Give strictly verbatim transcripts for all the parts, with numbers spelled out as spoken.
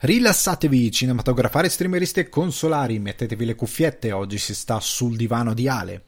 Rilassatevi, cinematografari, streameristi e consolari, mettetevi le cuffiette, oggi si sta sul divano di Ale.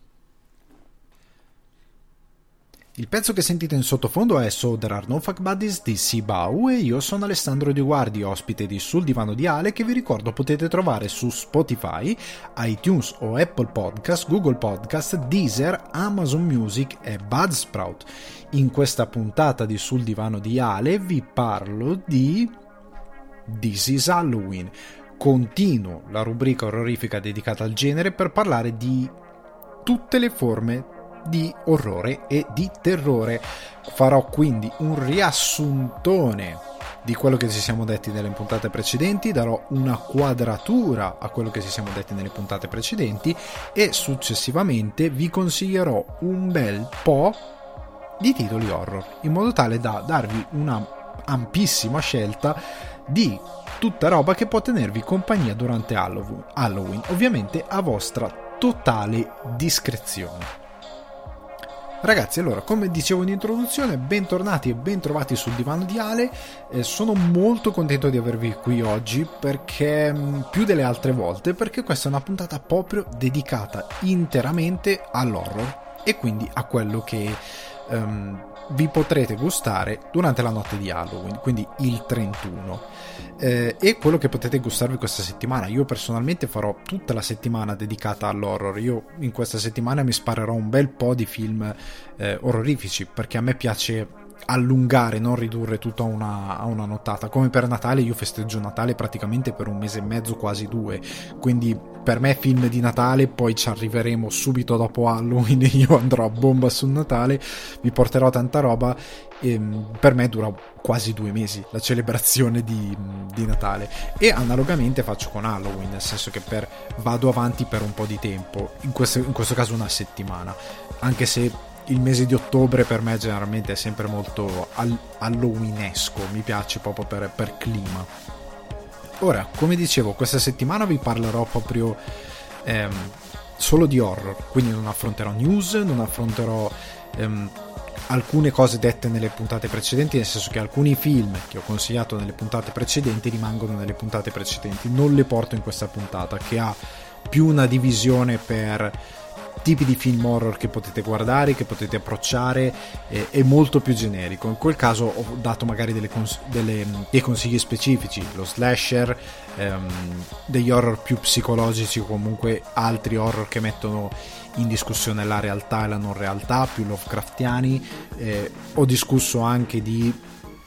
Il pezzo che sentite in sottofondo è So There Are No Fuck Buddies di Sibau e io sono Alessandro Di Guardi, ospite di Sul Divano di Ale, che vi ricordo potete trovare su Spotify, iTunes o Apple Podcast, Google Podcast, Deezer, Amazon Music e Buzzsprout. In questa puntata di Sul Divano di Ale vi parlo di This is Halloween. Continuo la rubrica orrorifica dedicata al genere per parlare di tutte le forme di orrore e di terrore. Farò quindi un riassuntone di quello che ci siamo detti nelle puntate precedenti, darò una quadratura a quello che ci siamo detti nelle puntate precedenti e successivamente vi consiglierò un bel po' di titoli horror, in modo tale da darvi una ampissima scelta di tutta roba che può tenervi compagnia durante Halloween, ovviamente a vostra totale discrezione. Ragazzi, allora, come dicevo in introduzione, bentornati e bentrovati sul divano di Ale. Eh, sono molto contento di avervi qui oggi, perché più delle altre volte, perché questa è una puntata proprio dedicata interamente all'horror e quindi a quello che um, vi potrete gustare durante la notte di Halloween, quindi il trentuno, eh, e quello che potete gustarvi questa settimana. Io personalmente farò tutta la settimana dedicata all'horror. Io in questa settimana mi sparerò un bel po' di film eh, orrorifici, perché a me piace allungare, non ridurre tutto a una, a una nottata. Come per Natale, io festeggio Natale praticamente per un mese e mezzo, quasi due, quindi per me film di Natale, poi ci arriveremo subito dopo Halloween, io andrò a bomba sul Natale, vi porterò tanta roba e per me dura quasi due mesi la celebrazione di, di Natale, e analogamente faccio con Halloween, nel senso che per, vado avanti per un po' di tempo, in questo, in questo caso una settimana, anche se il mese di ottobre per me generalmente è sempre molto halloweenesco, mi piace proprio per, per clima. Ora, come dicevo, questa settimana vi parlerò proprio ehm, solo di horror, quindi non affronterò news, non affronterò ehm, alcune cose dette nelle puntate precedenti, nel senso che alcuni film che ho consigliato nelle puntate precedenti rimangono nelle puntate precedenti, non le porto in questa puntata, che ha più una divisione per tipi di film horror che potete guardare, che potete approcciare, eh, è molto più generico. In quel caso ho dato magari delle cons- delle, dei consigli specifici, lo slasher, ehm, degli horror più psicologici, o comunque altri horror che mettono in discussione la realtà e la non realtà, più Lovecraftiani. Eh, ho discusso anche di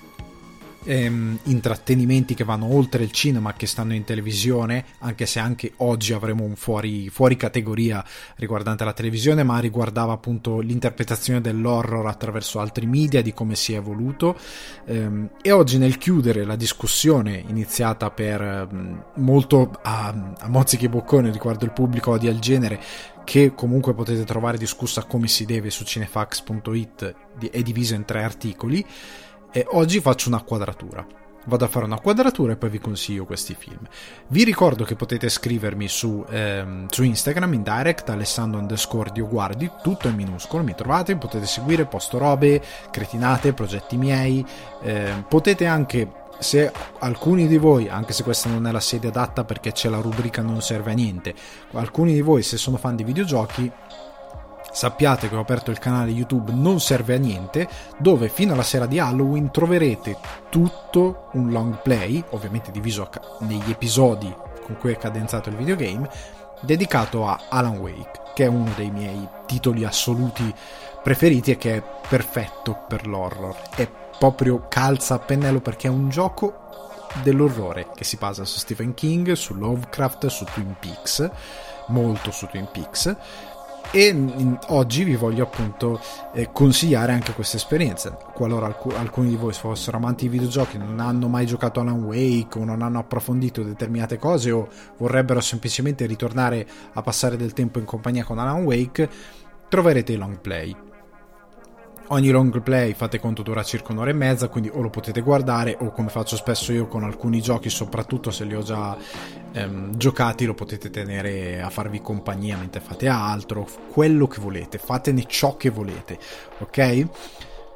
Ehm, intrattenimenti che vanno oltre il cinema, che stanno in televisione, anche se anche oggi avremo un fuori, fuori categoria riguardante la televisione, ma riguardava appunto l'interpretazione dell'horror attraverso altri media, di come si è evoluto. Ehm, e oggi, nel chiudere la discussione iniziata per um, molto a, a mozzichi e bocconi riguardo il pubblico odia il genere, che comunque potete trovare discussa come si deve su cinefax punto it, è divisa in tre articoli. E oggi faccio una quadratura, vado a fare una quadratura e poi vi consiglio questi film. Vi ricordo che potete scrivermi su, ehm, su Instagram in direct, Alessandro underscore Dioguardi, tutto in minuscolo, mi trovate, potete seguire, posto robe, cretinate, progetti miei, eh, potete anche, se alcuni di voi, anche se questa non è la sede adatta perché c'è la rubrica non serve a niente, alcuni di voi se sono fan di videogiochi, sappiate che ho aperto il canale YouTube Non Serve a Niente, dove fino alla sera di Halloween troverete tutto un long play, ovviamente diviso negli episodi con cui è cadenzato il videogame, dedicato a Alan Wake, che è uno dei miei titoli assoluti preferiti e che è perfetto per l'horror. È proprio calza a pennello, perché è un gioco dell'orrore che si basa su Stephen King, su Lovecraft, su Twin Peaks, molto su Twin Peaks. E in, oggi vi voglio appunto eh, consigliare anche questa esperienza, qualora alc- alcuni di voi fossero amanti di videogiochi, non hanno mai giocato Alan Wake o non hanno approfondito determinate cose o vorrebbero semplicemente ritornare a passare del tempo in compagnia con Alan Wake, troverete i long play. Ogni long play, fate conto, dura circa un'ora e mezza, quindi o lo potete guardare o, come faccio spesso io con alcuni giochi, soprattutto se li ho già ehm, giocati, lo potete tenere a farvi compagnia mentre fate altro, quello che volete, fatene ciò che volete, ok?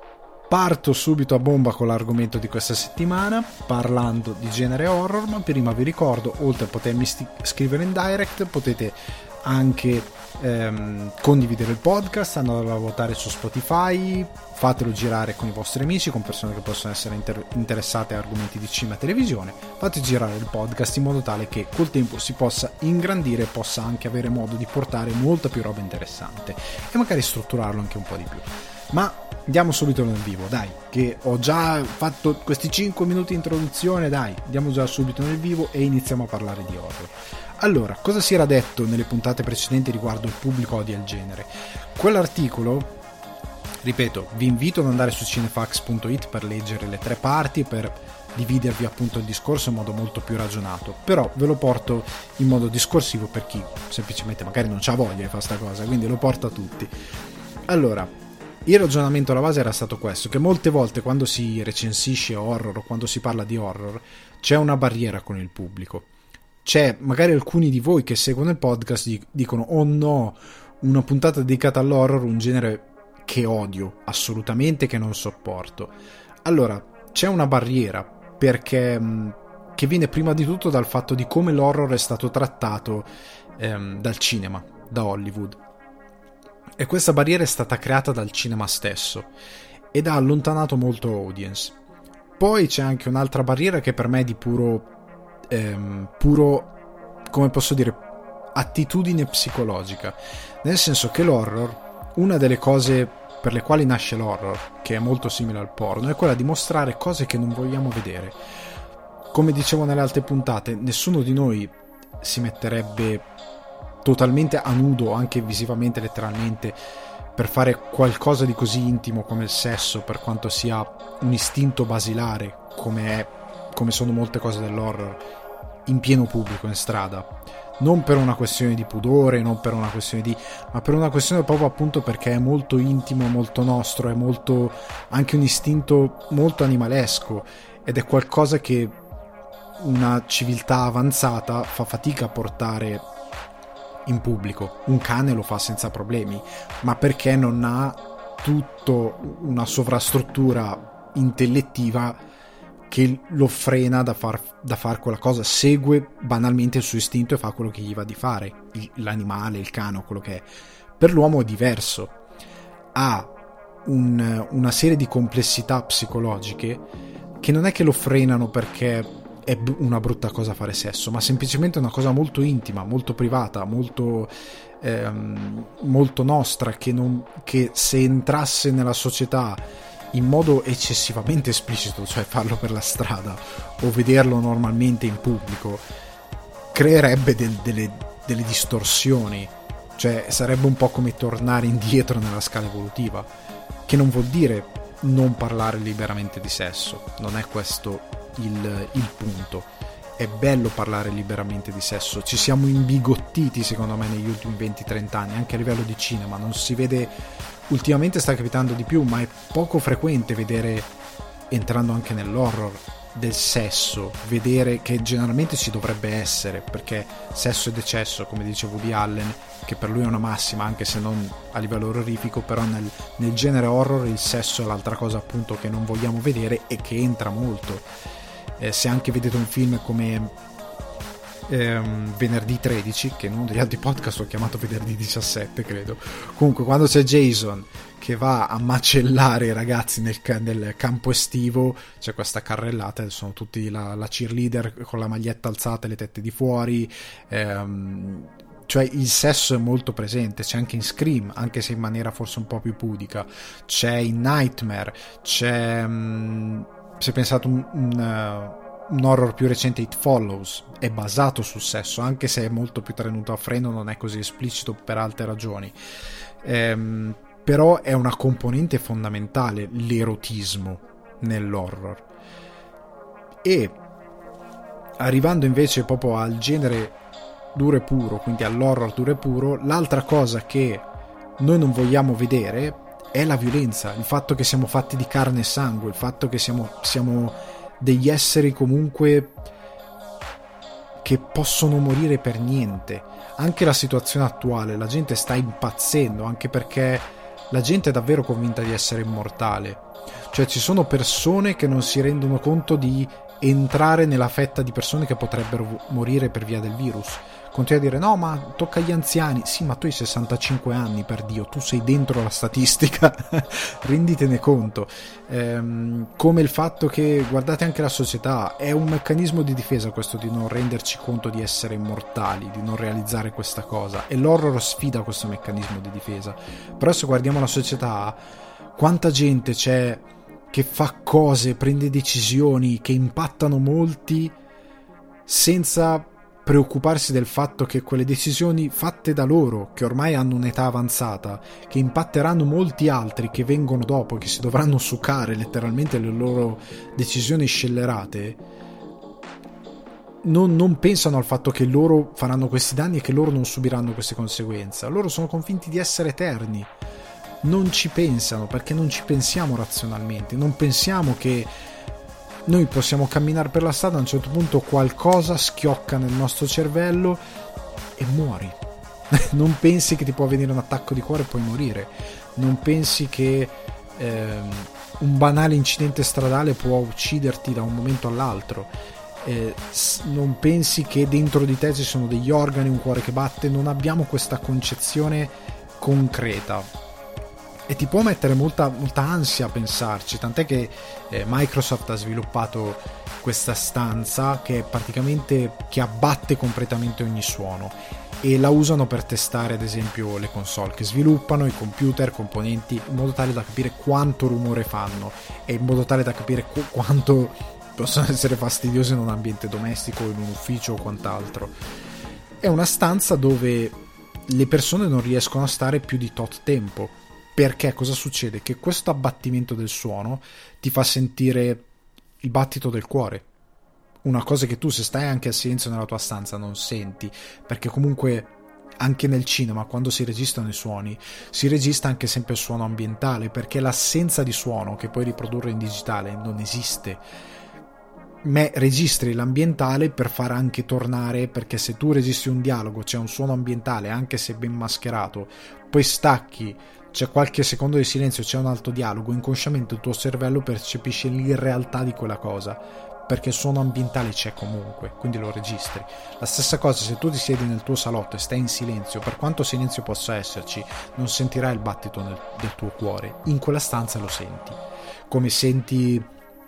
Parto subito a bomba con l'argomento di questa settimana, parlando di genere horror, ma prima vi ricordo, oltre a potermi sti- scrivere in direct, potete anche ehm, condividere il podcast, andare a votare su Spotify, fatelo girare con i vostri amici, con persone che possono essere inter- interessate a argomenti di cinema e televisione. Fate girare il podcast in modo tale che col tempo si possa ingrandire e possa anche avere modo di portare molta più roba interessante e magari strutturarlo anche un po' di più. Ma andiamo subito nel vivo, dai, che ho già fatto questi cinque minuti di introduzione, dai, andiamo già subito nel vivo e iniziamo a parlare di horror. Allora, cosa si era detto nelle puntate precedenti riguardo il pubblico odia il genere? Quell'articolo, ripeto, vi invito ad andare su cinefax punto it per leggere le tre parti, per dividervi appunto il discorso in modo molto più ragionato, però ve lo porto in modo discorsivo per chi semplicemente magari non c'ha voglia di fare sta cosa, quindi lo porto a tutti. Allora, il ragionamento alla base era stato questo, che molte volte quando si recensisce horror o quando si parla di horror c'è una barriera con il pubblico. C'è magari alcuni di voi che seguono il podcast dicono oh no, una puntata dedicata all'horror, un genere che odio assolutamente, che non sopporto. Allora, c'è una barriera perché che viene prima di tutto dal fatto di come l'horror è stato trattato ehm, dal cinema, da Hollywood. E questa barriera è stata creata dal cinema stesso ed ha allontanato molto audience. Poi c'è anche un'altra barriera che per me è di puro ehm, puro, come posso dire, attitudine psicologica, nel senso che l'horror, una delle cose per le quali nasce l'horror, che è molto simile al porno, è quella di mostrare cose che non vogliamo vedere. Come dicevo nelle altre puntate, nessuno di noi si metterebbe totalmente a nudo, anche visivamente, letteralmente, per fare qualcosa di così intimo come il sesso, per quanto sia un istinto basilare come è, come sono molte cose dell'horror, in pieno pubblico, in strada. Non per una questione di pudore, non per una questione di, ma per una questione proprio appunto perché è molto intimo, molto nostro, è molto anche un istinto molto animalesco, ed è qualcosa che una civiltà avanzata fa fatica a portare in pubblico. Un cane lo fa senza problemi, ma perché non ha tutto una sovrastruttura intellettiva che lo frena da far, da far quella cosa. Segue banalmente il suo istinto e fa quello che gli va di fare, il, l'animale, il cane o quello che è. Per l'uomo è diverso, ha un, una serie di complessità psicologiche che non è che lo frenano perché è una brutta cosa fare sesso, ma semplicemente una cosa molto intima, molto privata, molto ehm, molto nostra, che, non, che se entrasse nella società in modo eccessivamente esplicito, cioè farlo per la strada o vederlo normalmente in pubblico, creerebbe del, delle, delle distorsioni, cioè sarebbe un po' come tornare indietro nella scala evolutiva, che non vuol dire non parlare liberamente di sesso, non è questo il, il punto. È bello parlare liberamente di sesso, ci siamo imbigottiti secondo me negli ultimi venti trenta anni, anche a livello di cinema, non si vede. Ultimamente sta capitando di più, ma è poco frequente vedere, entrando anche nell'horror, del sesso, vedere che generalmente ci dovrebbe essere, perché sesso ed eccesso, come dice Woody Allen, che per lui è una massima, anche se non a livello orrorifico, però nel, nel genere horror il sesso è l'altra cosa appunto che non vogliamo vedere e che entra molto. Eh, se anche vedete un film come ehm, Venerdì tredici, che in uno degli altri podcast ho chiamato Venerdì diciassette credo, comunque quando c'è Jason che va a macellare i ragazzi nel, nel campo estivo, c'è questa carrellata, sono tutti la, la cheerleader con la maglietta alzata e le tette di fuori, ehm, cioè il sesso è molto presente, c'è anche in Scream, anche se in maniera forse un po' più pudica, c'è in Nightmare, c'è um, se pensate un, un, uh, un horror più recente, It Follows, è basato sul sesso, anche se è molto più tenuto a freno, non è così esplicito per altre ragioni, ehm, però è una componente fondamentale l'erotismo nell'horror. E arrivando invece proprio al genere duro e puro, quindi all'horror duro e puro, l'altra cosa che noi non vogliamo vedere è la violenza, il fatto che siamo fatti di carne e sangue, il fatto che siamo, siamo degli esseri comunque che possono morire per niente. Anche la situazione attuale, la gente sta impazzendo, anche perché la gente è davvero convinta di essere immortale. Cioè ci sono persone che non si rendono conto di entrare nella fetta di persone che potrebbero morire per via del virus. Continua a dire no, ma tocca agli anziani. Sì, ma tu hai sessantacinque anni, per Dio, tu sei dentro la statistica. Renditene conto. Ehm, come il fatto che, guardate anche la società, è un meccanismo di difesa questo di non renderci conto di essere immortali, di non realizzare questa cosa, e l'horror sfida questo meccanismo di difesa. Però se guardiamo la società, quanta gente c'è che fa cose, prende decisioni che impattano molti senza preoccuparsi del fatto che quelle decisioni fatte da loro, che ormai hanno un'età avanzata, che impatteranno molti altri che vengono dopo, che si dovranno succare letteralmente le loro decisioni scellerate, non, non pensano al fatto che loro faranno questi danni e che loro non subiranno queste conseguenze. Loro sono convinti di essere eterni, non ci pensano, perché non ci pensiamo razionalmente, non pensiamo che noi possiamo camminare per la strada, a un certo punto qualcosa schiocca nel nostro cervello e muori. Non pensi che ti può venire un attacco di cuore e puoi morire. Non pensi che ehm, un banale incidente stradale può ucciderti da un momento all'altro. Eh, non pensi che dentro di te ci sono degli organi, un cuore che batte. Non abbiamo questa concezione concreta. E ti può mettere molta, molta ansia a pensarci, tant'è che eh, Microsoft ha sviluppato questa stanza che è praticamente che abbatte completamente ogni suono, e la usano per testare ad esempio le console che sviluppano, i computer, componenti, in modo tale da capire quanto rumore fanno e in modo tale da capire qu- quanto possono essere fastidiosi in un ambiente domestico, in un ufficio o quant'altro. È una stanza dove le persone non riescono a stare più di tot tempo. Perché cosa succede? Che questo abbattimento del suono ti fa sentire il battito del cuore, una cosa che tu, se stai anche al silenzio nella tua stanza, non senti, perché comunque anche nel cinema, quando si registrano i suoni, si registra anche sempre il suono ambientale, perché l'assenza di suono che puoi riprodurre in digitale non esiste. Me registri l'ambientale per far anche tornare, perché se tu registri un dialogo, c'è un suono ambientale anche se ben mascherato, poi stacchi, c'è qualche secondo di silenzio, c'è un altro dialogo, inconsciamente il tuo cervello percepisce l'irrealtà di quella cosa, perché il suono ambientale c'è comunque, quindi lo registri. La stessa cosa se tu ti siedi nel tuo salotto e stai in silenzio, per quanto silenzio possa esserci, non sentirai il battito nel, del tuo cuore. In quella stanza lo senti, come senti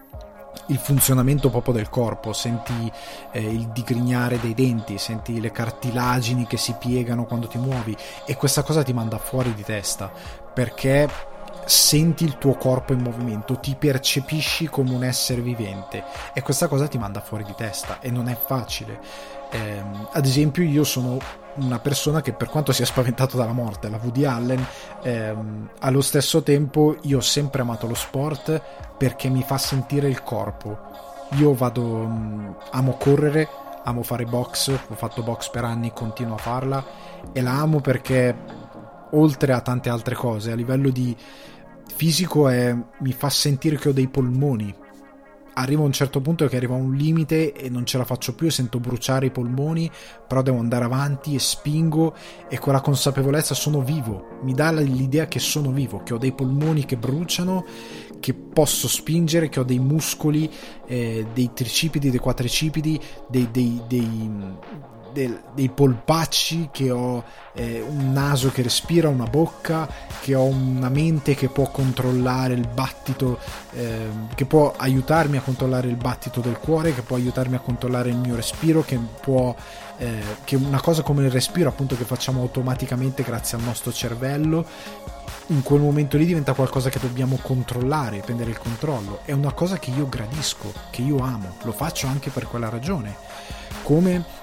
il funzionamento proprio del corpo, senti eh, il digrignare dei denti, senti le cartilagini che si piegano quando ti muovi, e questa cosa ti manda fuori di testa, perché senti il tuo corpo in movimento, ti percepisci come un essere vivente, e questa cosa ti manda fuori di testa, e non è facile. Eh, ad esempio io sono una persona che, per quanto sia spaventato dalla morte, la Woody Allen, ehm, allo stesso tempo io ho sempre amato lo sport perché mi fa sentire il corpo. Io vado, mh, amo correre, amo fare box, ho fatto box per anni, continuo a farla, e la amo perché oltre a tante altre cose a livello di fisico è, mi fa sentire che ho dei polmoni. Arrivo a un certo punto che arriva a un limite e non ce la faccio più e sento bruciare i polmoni, però devo andare avanti e spingo, e con la consapevolezza sono vivo, mi dà l'idea che sono vivo, che ho dei polmoni che bruciano, che posso spingere, che ho dei muscoli, eh, dei tricipiti, dei quadricipiti, dei, dei, dei, dei, dei polpacci, che ho eh, un naso che respira, una bocca, che ho una mente che può controllare il battito, eh, che può aiutarmi a controllare il battito del cuore, che può aiutarmi a controllare il mio respiro, che può eh, che una cosa come il respiro, appunto, che facciamo automaticamente grazie al nostro cervello, in quel momento lì diventa qualcosa che dobbiamo controllare, prendere il controllo. È una cosa che io gradisco, che io amo, lo faccio anche per quella ragione. Come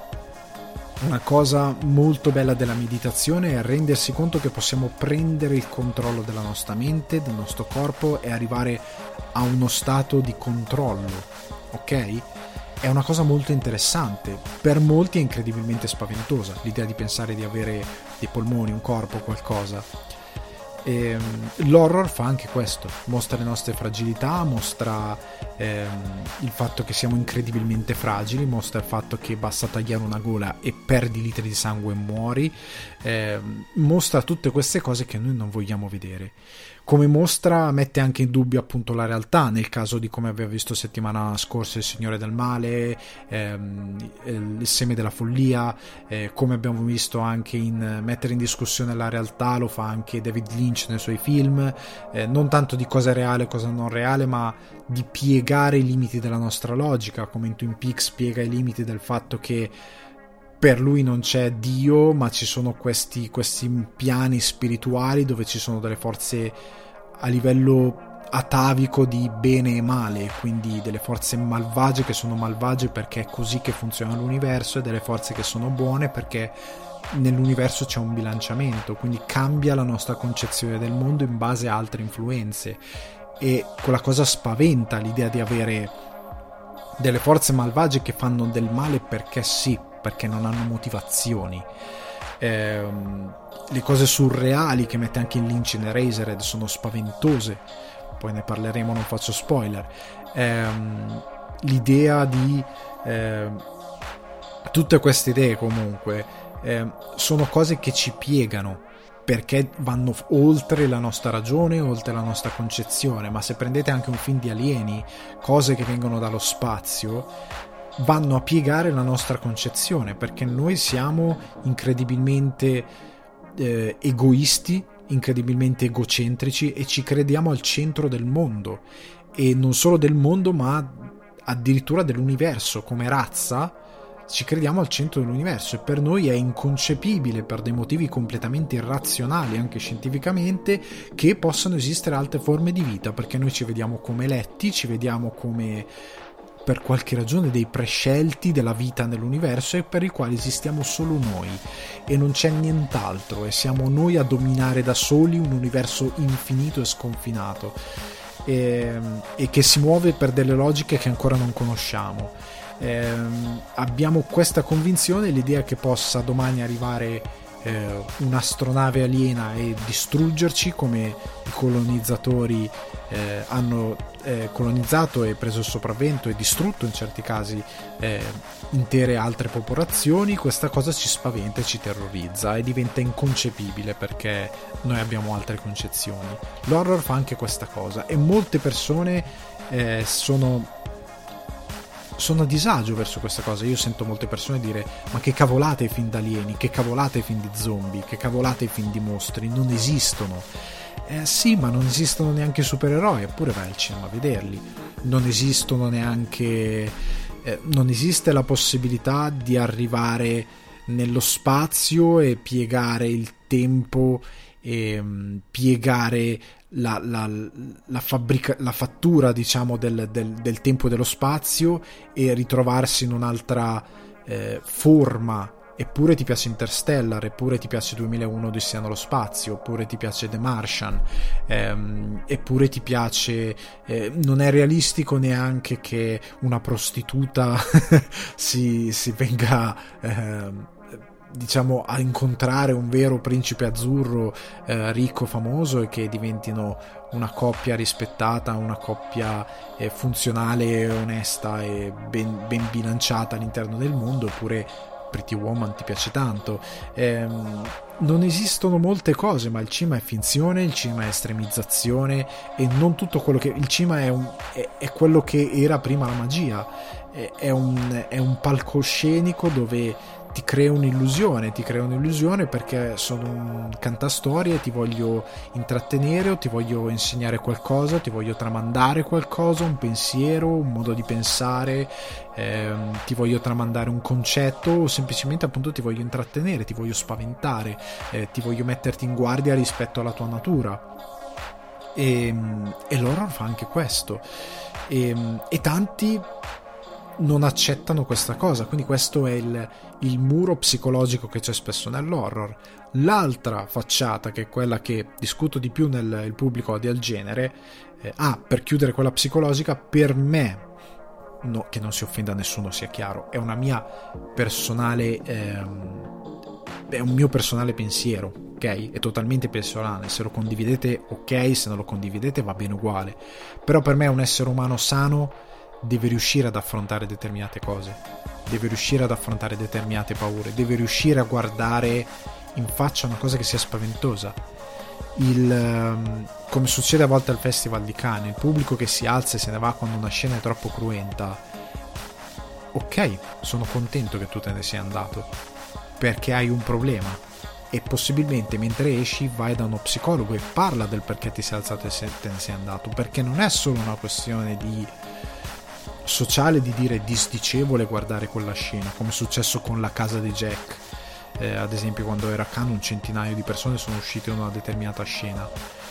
una cosa molto bella della meditazione è rendersi conto che possiamo prendere il controllo della nostra mente, del nostro corpo, e arrivare a uno stato di controllo, ok? È una cosa molto interessante. Per molti è incredibilmente spaventosa l'idea di pensare di avere dei polmoni, un corpo, qualcosa. E, l'horror fa anche questo, mostra le nostre fragilità, mostra ehm, il fatto che siamo incredibilmente fragili, mostra il fatto che basta tagliare una gola e perdi litri di sangue e muori, ehm, mostra tutte queste cose che noi non vogliamo vedere. Come mostra, mette anche in dubbio appunto la realtà, nel caso di, come abbiamo visto settimana scorsa, Il Signore del Male, ehm, Il seme della follia, eh, come abbiamo visto anche in mettere in discussione la realtà, lo fa anche David Lynch nei suoi film, eh, non tanto di cosa è reale e cosa non reale, ma di piegare i limiti della nostra logica, come in Twin Peaks piega i limiti del fatto che per lui non c'è Dio, ma ci sono questi, questi piani spirituali dove ci sono delle forze a livello atavico di bene e male, quindi delle forze malvagie che sono malvagie perché è così che funziona l'universo, e delle forze che sono buone perché nell'universo c'è un bilanciamento, quindi cambia la nostra concezione del mondo in base a altre influenze, e quella cosa spaventa, l'idea di avere delle forze malvagie che fanno del male perché sì, perché non hanno motivazioni. Ehm, le cose surreali che mette anche in Lynch in Eraserhead sono spaventose, poi ne parleremo, non faccio spoiler. Ehm, l'idea di ehm, tutte queste idee comunque ehm, sono cose che ci piegano perché vanno oltre la nostra ragione, oltre la nostra concezione. Ma se prendete anche un film di alieni, cose che vengono dallo spazio, vanno a piegare la nostra concezione, perché noi siamo incredibilmente eh, egoisti, incredibilmente egocentrici, e ci crediamo al centro del mondo, e non solo del mondo ma addirittura dell'universo. Come razza ci crediamo al centro dell'universo, e per noi è inconcepibile, per dei motivi completamente irrazionali anche scientificamente, che possano esistere altre forme di vita, perché noi ci vediamo come eletti, ci vediamo come, per qualche ragione, dei prescelti della vita nell'universo, e per i quali esistiamo solo noi e non c'è nient'altro, e siamo noi a dominare da soli un universo infinito e sconfinato, e, e che si muove per delle logiche che ancora non conosciamo. Eh, abbiamo questa convinzione, l'idea che possa domani arrivare eh, un'astronave aliena e distruggerci, come i colonizzatori eh, hanno eh, colonizzato e preso il sopravvento e distrutto in certi casi eh, intere altre popolazioni. Questa cosa ci spaventa e ci terrorizza e diventa inconcepibile perché noi abbiamo altre concezioni. L'horror fa anche questa cosa, e molte persone eh, sono sono a disagio verso questa cosa. Io sento molte persone dire: ma che cavolate i film d'alieni, che cavolate i film di zombie, che cavolate i film di mostri, non esistono. Eh sì, ma non esistono neanche supereroi, eppure vai al cinema a vederli. Non esistono neanche eh, non esiste la possibilità di arrivare nello spazio e piegare il tempo e um, piegare la, la, la, fabbrica, la fattura, diciamo, del, del, del tempo e dello spazio, e ritrovarsi in un'altra eh, forma. Eppure ti piace Interstellar, eppure ti piace duemilauno Odissea nello spazio, oppure ti piace The Martian, ehm, eppure ti piace eh, non è realistico neanche che una prostituta si, si venga eh, diciamo a incontrare un vero principe azzurro eh, ricco, famoso, e che diventino una coppia rispettata, una coppia eh, funzionale, onesta e ben, ben bilanciata all'interno del mondo. Eppure Pretty Woman ti piace tanto. Ehm, non esistono molte cose, ma il cinema è finzione, il cinema è estremizzazione, e non tutto quello che il cinema è, un, è, è quello che era prima la magia. È, è, un, è un palcoscenico dove ti crea un'illusione, ti crea un'illusione perché sono un cantastorie, ti voglio intrattenere o ti voglio insegnare qualcosa, ti voglio tramandare qualcosa, un pensiero, un modo di pensare, ehm, ti voglio tramandare un concetto, o semplicemente appunto ti voglio intrattenere, ti voglio spaventare, eh, ti voglio metterti in guardia rispetto alla tua natura. E, e l'horror fa anche questo, e, e tanti non accettano questa cosa, quindi questo è il, il muro psicologico che c'è spesso nell'horror. L'altra facciata, che è quella che discuto di più nel il pubblico odia il genere, eh, ah, per chiudere quella psicologica, per me, no, che non si offenda nessuno, sia chiaro, è una mia personale ehm, è un mio personale pensiero, ok? È totalmente personale, se lo condividete ok, se non lo condividete va bene uguale, però per me un essere umano sano deve riuscire ad affrontare determinate cose, deve riuscire ad affrontare determinate paure, deve riuscire a guardare in faccia una cosa che sia spaventosa. Il, come succede a volte al Festival di Cannes, il pubblico che si alza e se ne va quando una scena è troppo cruenta. Ok, sono contento che tu te ne sia andato, perché hai un problema, e possibilmente mentre esci vai da uno psicologo e parla del perché ti sei alzato e se te ne sei andato, perché non è solo una questione di sociale di dire disdicevole guardare quella scena, come è successo con La casa di Jack, eh, ad esempio quando era a Cannes un centinaio di persone sono uscite in una determinata scena.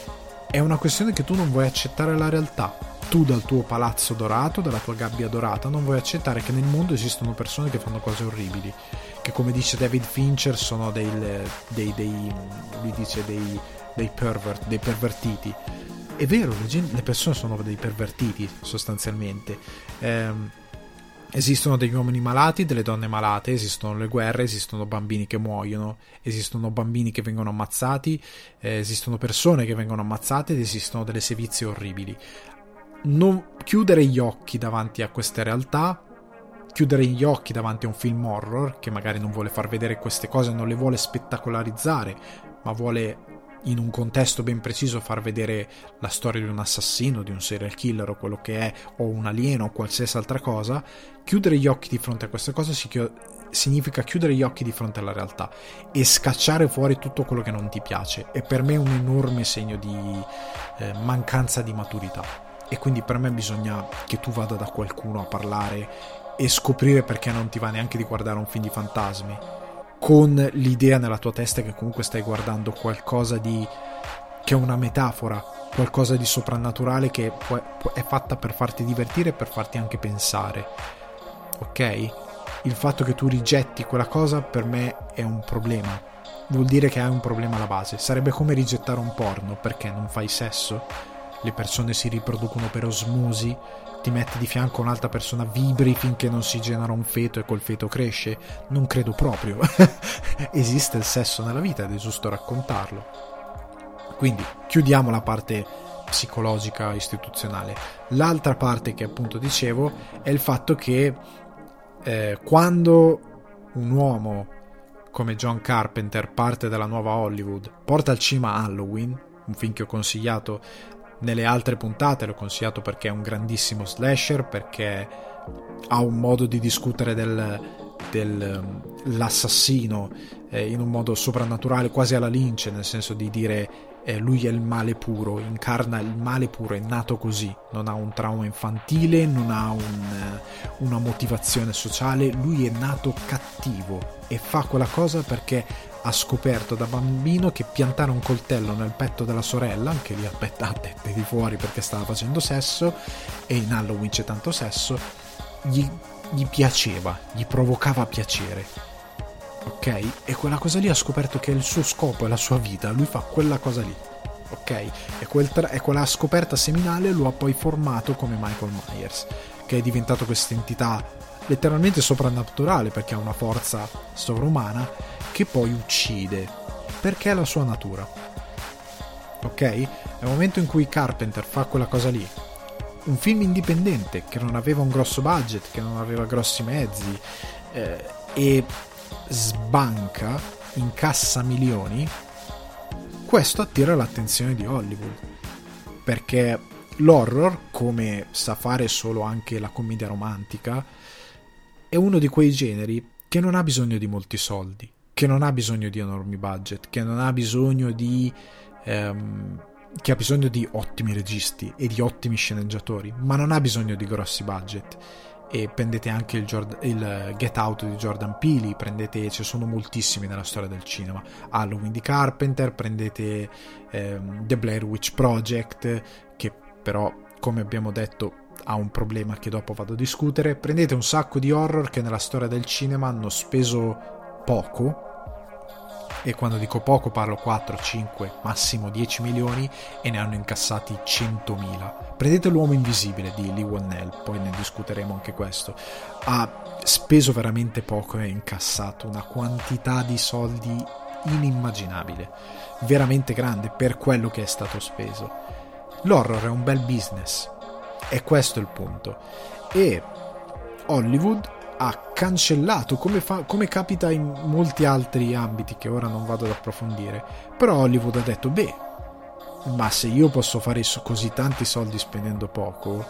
È una questione che tu non vuoi accettare la realtà, tu dal tuo palazzo dorato, dalla tua gabbia dorata non vuoi accettare che nel mondo esistono persone che fanno cose orribili, che come dice David Fincher sono dei, dei, dei lui dice dei, dei pervert, dei pervertiti. È vero, le, gente, le persone sono dei pervertiti sostanzialmente. Ehm, esistono degli uomini malati, delle donne malate, esistono le guerre, esistono bambini che muoiono, esistono bambini che vengono ammazzati, eh, esistono persone che vengono ammazzate ed esistono delle sevizie orribili. Non chiudere gli occhi davanti a queste realtà, chiudere gli occhi davanti a un film horror che magari non vuole far vedere queste cose, non le vuole spettacolarizzare, ma vuole in un contesto ben preciso far vedere la storia di un assassino, di un serial killer o quello che è, o un alieno o qualsiasi altra cosa. Chiudere gli occhi di fronte a queste cose si chi- significa chiudere gli occhi di fronte alla realtà e scacciare fuori tutto quello che non ti piace. E per me è un enorme segno di eh, mancanza di maturità, e quindi per me bisogna che tu vada da qualcuno a parlare e scoprire perché non ti va neanche di guardare un film di fantasmi, con l'idea nella tua testa che comunque stai guardando qualcosa di che è una metafora, qualcosa di soprannaturale che può, può, è fatta per farti divertire e per farti anche pensare, ok? Il fatto che tu rigetti quella cosa per me è un problema, vuol dire che hai un problema alla base. Sarebbe come rigettare un porno. Perché non fai sesso? Le persone si riproducono per osmosi, ti metti di fianco a un'altra persona, vibri finché non si genera un feto e quel feto cresce? Non credo proprio. Esiste il sesso nella vita ed è giusto raccontarlo. Quindi chiudiamo la parte psicologica istituzionale. L'altra parte che appunto dicevo è il fatto che eh, quando un uomo come John Carpenter parte dalla nuova Hollywood, porta al cinema Halloween, un film che ho consigliato nelle altre puntate, l'ho consigliato perché è un grandissimo slasher, perché ha un modo di discutere del, dell'assassino eh, in un modo soprannaturale, quasi alla Lynch, nel senso di dire eh, lui è il male puro, incarna il male puro, è nato così, non ha un trauma infantile, non ha un, una motivazione sociale, lui è nato cattivo e fa quella cosa perché ha scoperto da bambino che piantare un coltello nel petto della sorella, anche lì a tette di fuori perché stava facendo sesso, e in Halloween c'è tanto sesso, gli, gli piaceva, gli provocava piacere, ok? E quella cosa lì ha scoperto che è il suo scopo, è la sua vita, lui fa quella cosa lì, ok? E, quel tra- e quella scoperta seminale lo ha poi formato come Michael Myers, che è diventato questa entità letteralmente soprannaturale perché ha una forza sovrumana che poi uccide perché è la sua natura, ok? Nel momento in cui Carpenter fa quella cosa lì, un film indipendente che non aveva un grosso budget, che non aveva grossi mezzi eh, e sbanca, incassa milioni, questo attira l'attenzione di Hollywood, perché l'horror, come sa fare solo anche la commedia romantica, è uno di quei generi che non ha bisogno di molti soldi, che non ha bisogno di enormi budget, che non ha bisogno di ehm, che ha bisogno di ottimi registi e di ottimi sceneggiatori, ma non ha bisogno di grossi budget. E prendete anche il, Jord- il Get Out di Jordan Peele, prendete, ci sono moltissimi nella storia del cinema, Halloween di Carpenter, prendete ehm, The Blair Witch Project, che però, come abbiamo detto, ha un problema che dopo vado a discutere. Prendete un sacco di horror che nella storia del cinema hanno speso poco, e quando dico poco parlo quattro, cinque, massimo dieci milioni, e ne hanno incassati centomila. Prendete L'Uomo Invisibile di Leigh Whannell, poi ne discuteremo anche questo. Ha speso veramente poco e ha incassato una quantità di soldi inimmaginabile, veramente grande per quello che è stato speso. L'horror è un bel business, e questo è il punto, e Hollywood ha cancellato, come, fa, come capita in molti altri ambiti che ora non vado ad approfondire, però Hollywood ha detto beh, ma se io posso fare così tanti soldi spendendo poco,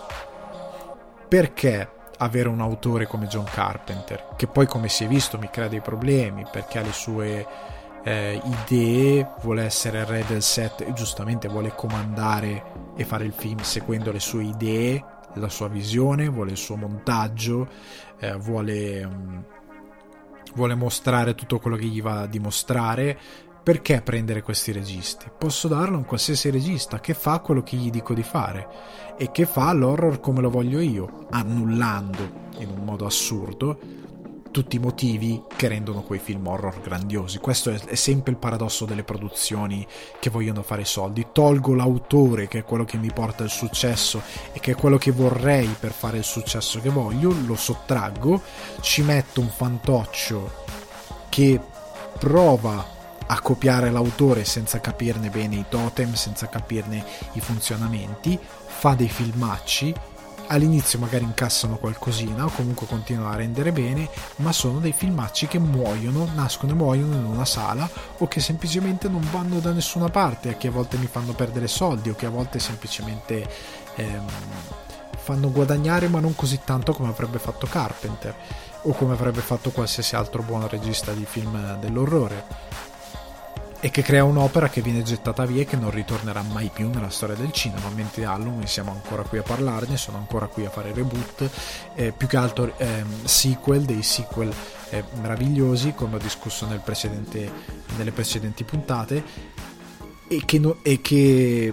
perché avere un autore come John Carpenter, che poi, come si è visto, mi crea dei problemi perché ha le sue eh, idee, vuole essere il re del set e giustamente vuole comandare e fare il film seguendo le sue idee, la sua visione, vuole il suo montaggio, eh, vuole, um, vuole mostrare tutto quello che gli va a dimostrare. Perché prendere questi registi? Posso darlo a un qualsiasi regista che fa quello che gli dico di fare e che fa l'horror come lo voglio io, annullando in un modo assurdo tutti i motivi che rendono quei film horror grandiosi. Questo è, è sempre il paradosso delle produzioni che vogliono fare soldi. Tolgo l'autore, che è quello che mi porta il successo e che è quello che vorrei per fare il successo che voglio, lo sottraggo, ci metto un fantoccio che prova a copiare l'autore senza capirne bene i totem, senza capirne i funzionamenti, fa dei filmacci, all'inizio magari incassano qualcosina o comunque continuano a rendere bene, ma sono dei filmacci che muoiono, nascono e muoiono in una sala, o che semplicemente non vanno da nessuna parte, e che a volte mi fanno perdere soldi, o che a volte semplicemente ehm, fanno guadagnare ma non così tanto come avrebbe fatto Carpenter o come avrebbe fatto qualsiasi altro buon regista di film dell'orrore, e che crea un'opera che viene gettata via e che non ritornerà mai più nella storia del cinema, mentre Halloween siamo ancora qui a parlarne, sono ancora qui a fare reboot, eh, più che altro eh, sequel, dei sequel eh, meravigliosi, come ho discusso nel precedente, nelle precedenti puntate, e che, no, e che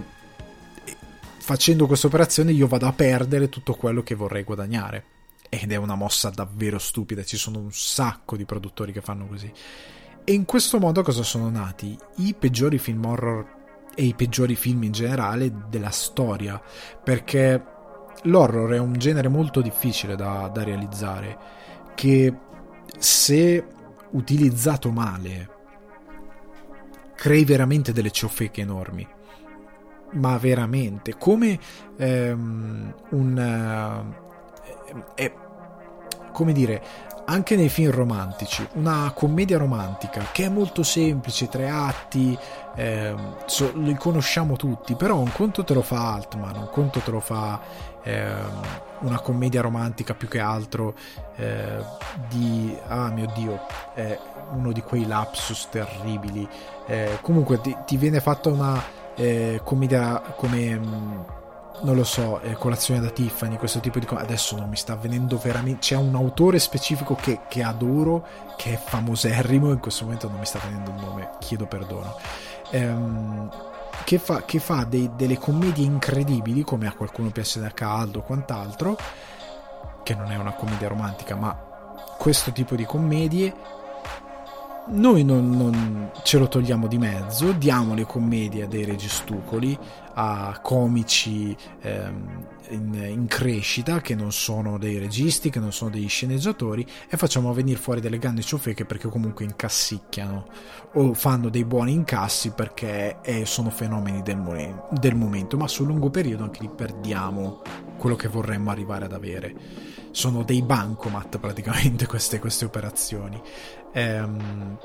facendo questa operazione io vado a perdere tutto quello che vorrei guadagnare, ed è una mossa davvero stupida. Ci sono un sacco di produttori che fanno così. E in questo modo cosa sono nati? I peggiori film horror e i peggiori film in generale della storia, perché l'horror è un genere molto difficile da, da realizzare, che se utilizzato male crei veramente delle ciofeche enormi, ma veramente, come ehm, un uh, è, come dire, anche nei film romantici, una commedia romantica che è molto semplice, tre atti, ehm, so, li conosciamo tutti, però un conto te lo fa Altman, un conto te lo fa ehm, una commedia romantica più che altro eh, di, ah mio Dio, è uno di quei lapsus terribili, eh, comunque ti, ti viene fatta una eh, commedia come... Mh, non lo so, eh, Colazione da Tiffany, questo tipo di cose. Adesso non mi sta avvenendo veramente, c'è un autore specifico che, che adoro, che è famoserrimo, in questo momento non mi sta venendo il nome, chiedo perdono, ehm, che fa, che fa dei, delle commedie incredibili, come a qualcuno piace da caldo o quant'altro, che non è una commedia romantica, ma questo tipo di commedie noi non, non ce lo togliamo di mezzo, diamo le commedie a dei registucoli, a comici ehm, in, in crescita, che non sono dei registi, che non sono degli sceneggiatori, e facciamo venire fuori delle grandi ciofeche perché comunque incassicchiano o fanno dei buoni incassi perché eh, sono fenomeni del, mo- del momento, ma sul lungo periodo anche lì perdiamo quello che vorremmo arrivare ad avere. Sono dei bancomat praticamente queste, queste operazioni. Ehm,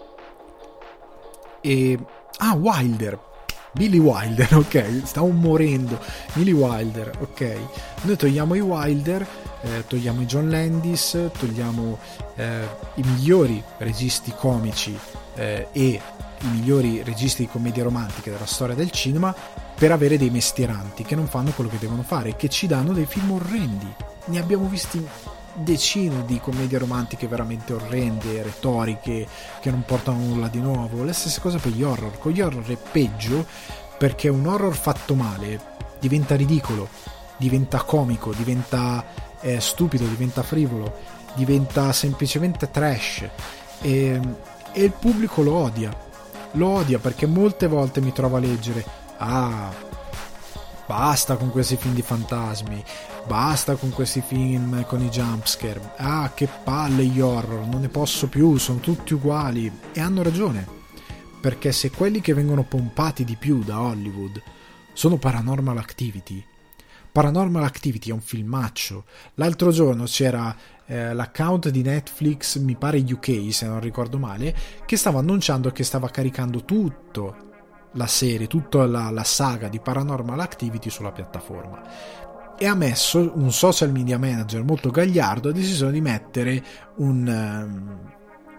e ah, Wilder, Billy Wilder, ok, stavo morendo. Billy Wilder, ok, noi togliamo i Wilder, eh, togliamo i John Landis, togliamo eh, i migliori registi comici eh, e i migliori registi di commedie romantiche della storia del cinema, per avere dei mestieranti che non fanno quello che devono fare e che ci danno dei film orrendi. Ne abbiamo visti decine di commedie romantiche veramente orrende, retoriche, che non portano nulla di nuovo. La stessa cosa per gli horror. Con gli horror è peggio, perché un horror fatto male diventa ridicolo, diventa comico, diventa eh, stupido, diventa frivolo, diventa semplicemente trash, e, e il pubblico lo odia lo odia perché molte volte mi trovo a leggere: ah, basta con questi film di fantasmi, basta con questi film con i jumpscare, ah che palle gli horror, non ne posso più, sono tutti uguali. E hanno ragione, perché se quelli che vengono pompati di più da Hollywood sono Paranormal Activity, Paranormal Activity è un filmaccio. L'altro giorno c'era eh, l'account di Netflix, mi pare U K se non ricordo male, che stava annunciando che stava caricando tutto la serie, tutta la, la saga di Paranormal Activity sulla piattaforma, e ha messo un social media manager molto gagliardo, ha deciso di mettere un, um,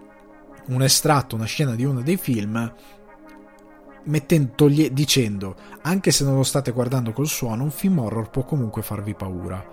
un estratto, una scena di uno dei film, mettendo, toglie, dicendo: anche se non lo state guardando col suono, un film horror può comunque farvi paura.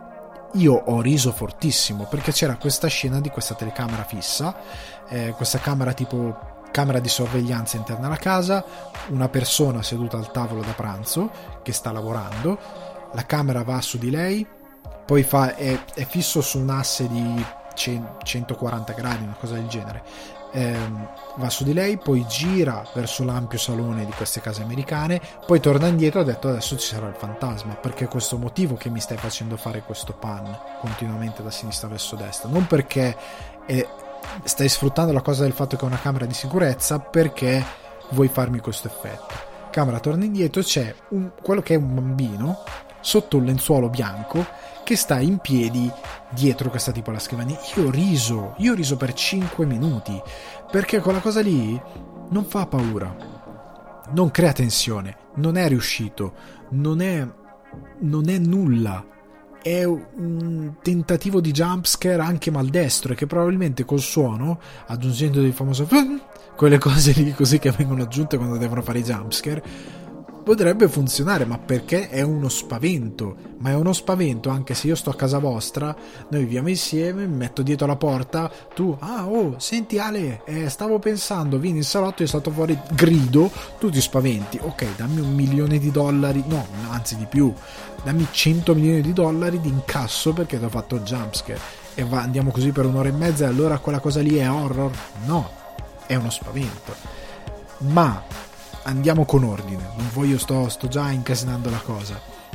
Io ho riso fortissimo, perché c'era questa scena di questa telecamera fissa, eh, questa camera tipo camera di sorveglianza interna alla casa, una persona seduta al tavolo da pranzo che sta lavorando, la camera va su di lei, poi fa, è, è fisso su un asse di centoquaranta gradi, una cosa del genere, eh, va su di lei, poi gira verso l'ampio salone di queste case americane, poi torna indietro. Ha detto: adesso ci sarà il fantasma, perché è questo motivo che mi stai facendo fare questo pan continuamente da sinistra verso destra, non perché è, stai sfruttando la cosa del fatto che è una camera di sicurezza, perché vuoi farmi questo effetto. Camera torna indietro, c'è un, quello che è un bambino sotto un lenzuolo bianco che sta in piedi dietro questa tipo alla scrivania. Io ho riso, io ho riso per cinque minuti, perché quella cosa lì non fa paura, non crea tensione, non è riuscito, non è, non è nulla, è un tentativo di jumpscare anche maldestro, e che probabilmente col suono, aggiungendo il famoso quelle cose lì così che vengono aggiunte quando devono fare i jumpscare, potrebbe funzionare, ma perché è uno spavento, ma è uno spavento anche se io sto a casa vostra, noi viviamo insieme, mi metto dietro la porta, tu, ah oh, senti Ale, eh, stavo pensando, vieni in salotto, io salto fuori, grido, tu ti spaventi, ok, dammi un milione di dollari, no, anzi di più, dammi cento milioni di dollari di incasso perché ti ho fatto il jumpscare, e va, andiamo così per un'ora e mezza, e allora quella cosa lì è horror? No, è uno spavento. Ma andiamo con ordine, non voglio, sto, sto già incasinando la cosa.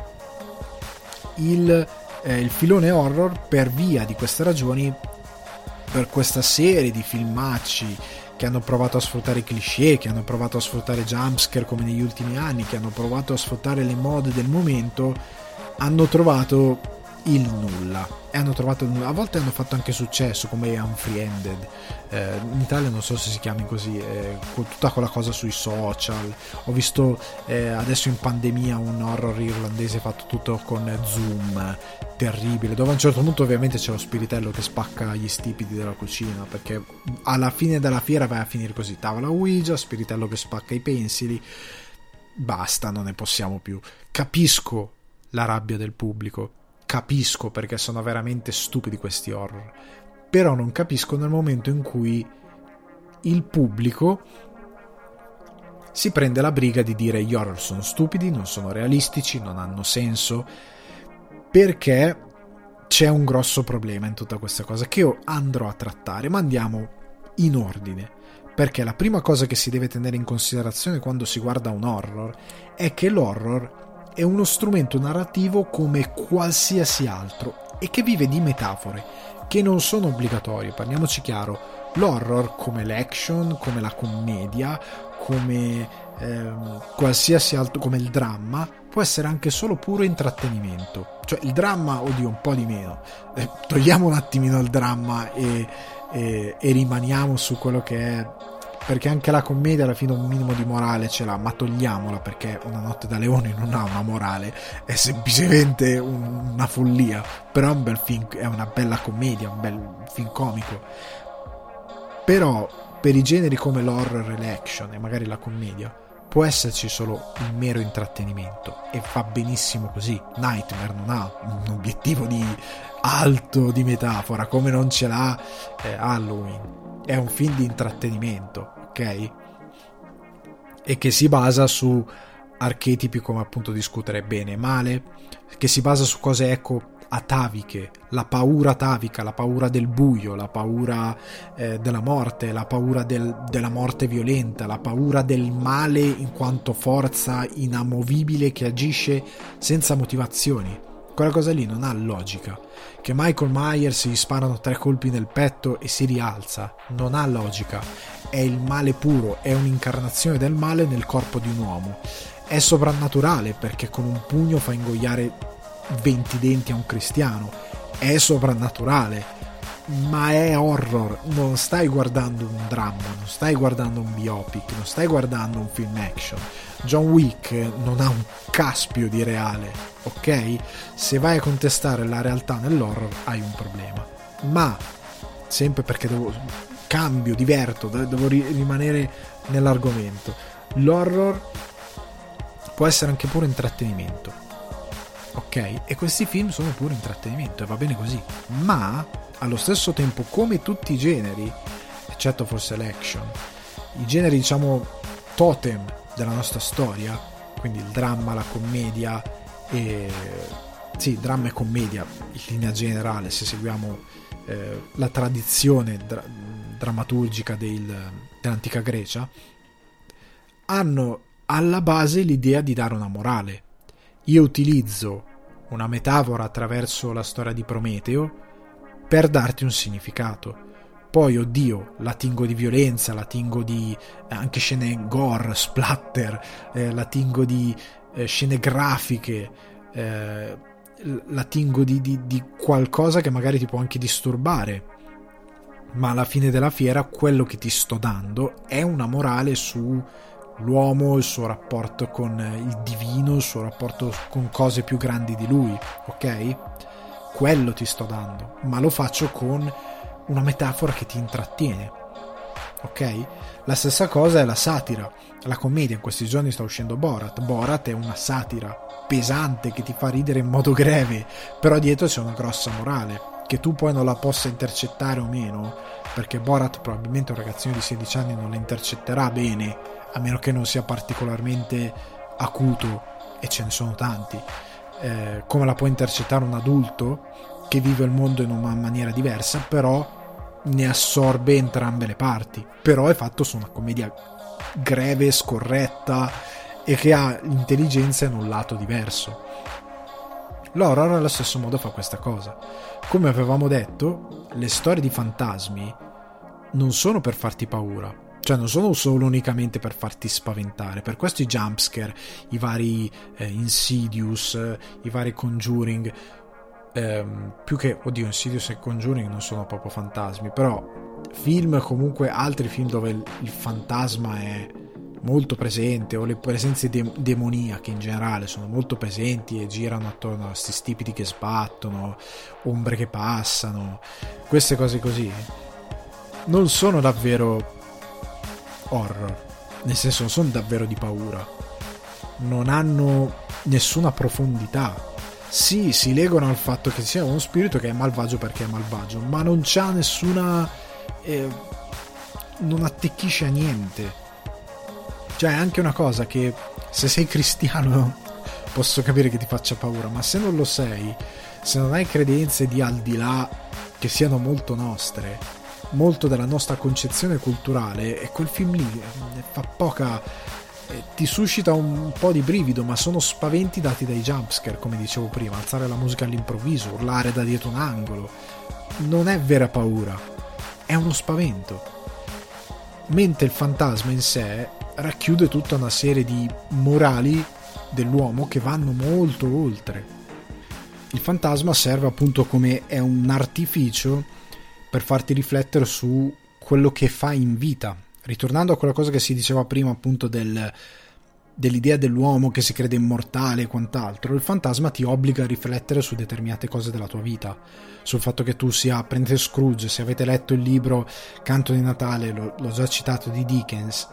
Il, eh, il filone horror, per via di queste ragioni, per questa serie di filmacci che hanno provato a sfruttare i cliché, che hanno provato a sfruttare jumpscare come negli ultimi anni, che hanno provato a sfruttare le mode del momento, hanno trovato il nulla, e hanno trovato il nulla. A volte hanno fatto anche successo, come Unfriended, eh, in Italia non so se si chiami così, eh, con tutta quella cosa sui social. Ho visto eh, adesso in pandemia un horror irlandese fatto tutto con Zoom, terribile, dove a un certo punto ovviamente c'è lo spiritello che spacca gli stipiti della cucina, perché alla fine della fiera vai a finire così: tavola Ouija, spiritello che spacca i pensili, basta, non ne possiamo più. Capisco la rabbia del pubblico, capisco perché sono veramente stupidi questi horror, però non capisco nel momento in cui il pubblico si prende la briga di dire gli horror sono stupidi, non sono realistici, non hanno senso, perché c'è un grosso problema in tutta questa cosa che io andrò a trattare, ma andiamo in ordine, perché la prima cosa che si deve tenere in considerazione quando si guarda un horror è che l'horror è uno strumento narrativo come qualsiasi altro, e che vive di metafore che non sono obbligatorie, parliamoci chiaro. L'horror, come l'action, come la commedia, come ehm, qualsiasi altro, come il dramma, può essere anche solo puro intrattenimento. Cioè il dramma, oddio, un po' di meno, eh, togliamo un attimino il dramma e, e, e rimaniamo su quello che è, perché anche la commedia alla fine un minimo di morale ce l'ha, ma togliamola, perché Una notte da leoni non ha una morale, è semplicemente un, una follia, però è un bel film, è una bella commedia, un bel film comico. Però per i generi come l'horror e l'action e magari la commedia può esserci solo il mero intrattenimento, e va benissimo così. Nightmare non ha un obiettivo di alto di metafora, come non ce l'ha eh, Halloween. È un film di intrattenimento, ok? E che si basa su archetipi come appunto discutere bene e male, che si basa su cose, ecco, ataviche, la paura atavica, la paura del buio, la paura eh, della morte, la paura del, della morte violenta, la paura del male in quanto forza inamovibile che agisce senza motivazioni. Quella cosa lì non ha logica. Che Michael Myers gli sparano tre colpi nel petto e si rialza, non ha logica. è il male puro, è un'incarnazione del male nel corpo di un uomo. È soprannaturale perché con un pugno fa ingoiare venti denti a un cristiano. È soprannaturale, ma è horror. Non stai guardando un dramma, non stai guardando un biopic, non stai guardando un film action. John Wick non ha un caspio di reale, ok? Se vai a contestare la realtà nell'horror hai un problema. Ma sempre perché devo cambio, diverto, devo ri- rimanere nell'argomento. L'horror può essere anche pure intrattenimento, ok? E questi film sono pure intrattenimento e va bene così, ma allo stesso tempo, come tutti i generi, eccetto forse l'action, i generi diciamo totem della nostra storia, quindi il dramma, la commedia e sì, dramma e commedia in linea generale, se seguiamo eh, la tradizione dra- drammaturgica del, dell'antica Grecia, hanno alla base l'idea di dare una morale. Io utilizzo una metafora attraverso la storia di Prometeo per darti un significato. Poi, oddio, la tingo di violenza, la tingo di eh, anche scene gore, splatter, eh, la tingo di eh, scene grafiche, eh, la tingo di, di, di qualcosa che magari ti può anche disturbare, ma alla fine della fiera quello che ti sto dando è una morale su l'uomo, il suo rapporto con il divino, il suo rapporto con cose più grandi di lui, ok? Quello ti sto dando, ma lo faccio con una metafora che ti intrattiene, ok? La stessa cosa è la satira, la commedia. In questi giorni sta uscendo Borat. Borat è una satira pesante che ti fa ridere in modo greve, però dietro c'è una grossa morale che tu poi non la possa intercettare o meno, perché Borat probabilmente un ragazzino di sedici anni non la intercetterà bene, a meno che non sia particolarmente acuto, e ce ne sono tanti, eh, come la può intercettare un adulto che vive il mondo in una maniera diversa, però ne assorbe entrambe le parti. Però è fatto su una commedia greve, scorretta e che ha l'intelligenza in un lato diverso. L'horror allo stesso modo fa questa cosa. Come avevamo detto, le storie di fantasmi non sono per farti paura, cioè non sono solo unicamente per farti spaventare. Per questo i jumpscare, i vari eh, Insidious, eh, i vari Conjuring, ehm, più che, oddio, Insidious e Conjuring non sono proprio fantasmi, però film, comunque altri film dove il, il fantasma è molto presente, o le presenze de- demoniache in generale sono molto presenti e girano attorno a questi stipiti che sbattono, ombre che passano, queste cose così non sono davvero horror, nel senso non sono davvero di paura, non hanno nessuna profondità. Sì, si legano al fatto che sia uno spirito che è malvagio perché è malvagio, ma non c'ha nessuna eh, non attecchisce a niente. Cioè è anche una cosa che, se sei cristiano, posso capire che ti faccia paura, ma se non lo sei, se non hai credenze di al di là che siano molto nostre, molto della nostra concezione culturale, e quel film lì fa poca, eh, ti suscita un po' di brivido, ma sono spaventi dati dai jumpscare, come dicevo prima, alzare la musica all'improvviso, urlare da dietro un angolo. Non è vera paura, è uno spavento. Mentre il fantasma in sé racchiude tutta una serie di morali dell'uomo che vanno molto oltre. Il fantasma serve appunto come è un artificio per farti riflettere su quello che fai in vita. Ritornando a quella cosa che si diceva prima, appunto del, dell'idea dell'uomo che si crede immortale e quant'altro, il fantasma ti obbliga a riflettere su determinate cose della tua vita, sul fatto che tu sia, prendete Scrooge, se avete letto il libro Canto di Natale, lo, l'ho già citato, di Dickens,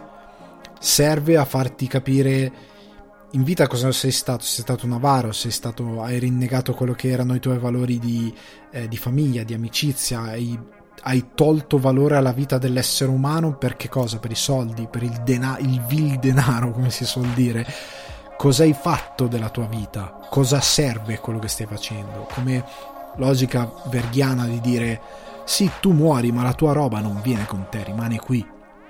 serve a farti capire in vita cosa sei stato. Sei stato un avaro, sei stato, hai rinnegato quello che erano i tuoi valori di, eh, di famiglia, di amicizia, hai, hai tolto valore alla vita dell'essere umano per che cosa? Per i soldi, per il, dena- il vil denaro, come si suol dire. Cosa hai fatto della tua vita? Cosa serve quello che stai facendo? Come logica verghiana di dire sì, tu muori, ma la tua roba non viene con te, rimane qui.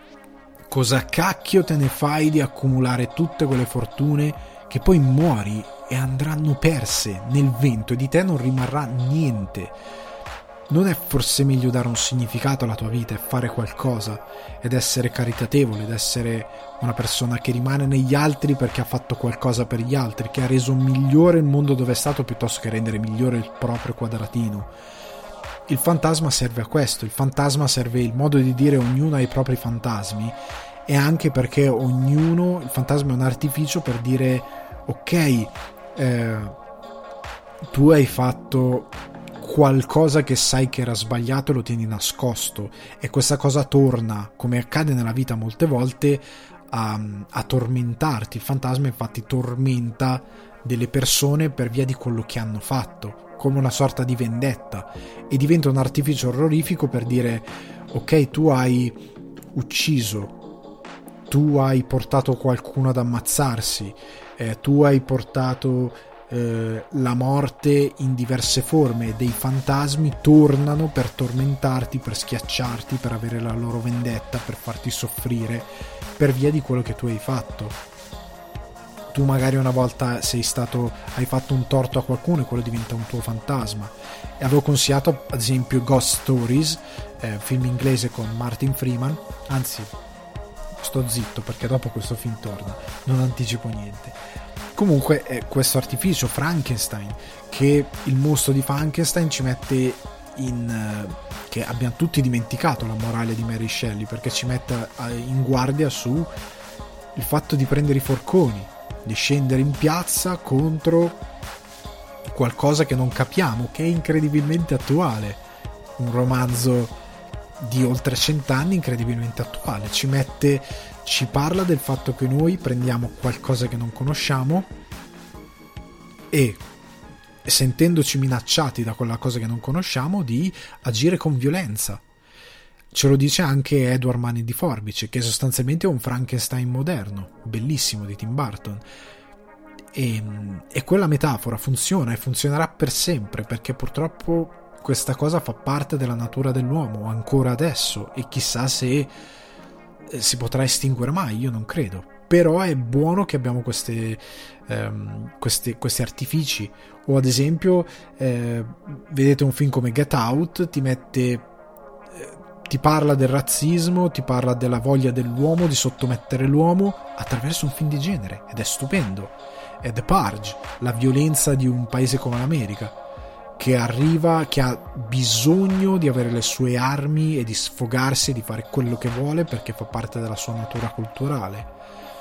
Cosa cacchio te ne fai di accumulare tutte quelle fortune che poi muori e andranno perse nel vento e di te non rimarrà niente? non è forse meglio dare un significato alla tua vita e fare qualcosa, ed essere caritatevole, ed essere una persona che rimane negli altri perché ha fatto qualcosa per gli altri, che ha reso migliore il mondo dove è stato, piuttosto che rendere migliore il proprio quadratino. Il fantasma serve a questo, il fantasma serve, il modo di dire ognuno ha i propri fantasmi, e anche perché ognuno, il fantasma è un artificio per dire ok, eh, tu hai fatto qualcosa che sai che era sbagliato e lo tieni nascosto, e questa cosa torna, come accade nella vita molte volte, a, a tormentarti. Il fantasma infatti tormenta delle persone per via di quello che hanno fatto, come una sorta di vendetta, e diventa un artificio orrorifico per dire ok, tu hai ucciso, tu hai portato qualcuno ad ammazzarsi, eh, tu hai portato eh, la morte in diverse forme, e dei fantasmi tornano per tormentarti, per schiacciarti, per avere la loro vendetta, per farti soffrire per via di quello che tu hai fatto. Tu magari una volta sei stato, hai fatto un torto a qualcuno e quello diventa un tuo fantasma. E avevo consigliato ad esempio Ghost Stories, eh, film inglese con Martin Freeman, anzi sto zitto perché dopo questo film torna, non anticipo niente. Comunque è questo artificio Frankenstein, che il mostro di Frankenstein ci mette in, che abbiamo tutti dimenticato la morale di Mary Shelley, perché ci mette in guardia su il fatto di prendere i forconi, di scendere in piazza contro qualcosa che non capiamo, che è incredibilmente attuale, un romanzo di oltre cent'anni incredibilmente attuale. Ci mette, ci parla del fatto che noi prendiamo qualcosa che non conosciamo e, sentendoci minacciati da quella cosa che non conosciamo, di agire con violenza. Ce lo dice anche Edward Mani di Forbice, che sostanzialmente è un Frankenstein moderno, bellissimo, di Tim Burton. E, e quella metafora funziona e funzionerà per sempre, perché purtroppo questa cosa fa parte della natura dell'uomo ancora adesso, e chissà se si potrà estinguere mai, io non credo. Però è buono che abbiamo queste, ehm, queste, questi artifici. O ad esempio eh, vedete un film come Get Out, ti mette eh, ti parla del razzismo, ti parla della voglia dell'uomo di sottomettere l'uomo attraverso un film di genere, ed è stupendo. È The Purge, la violenza di un paese come l'America, che arriva, che ha bisogno di avere le sue armi e di sfogarsi e di fare quello che vuole perché fa parte della sua natura culturale.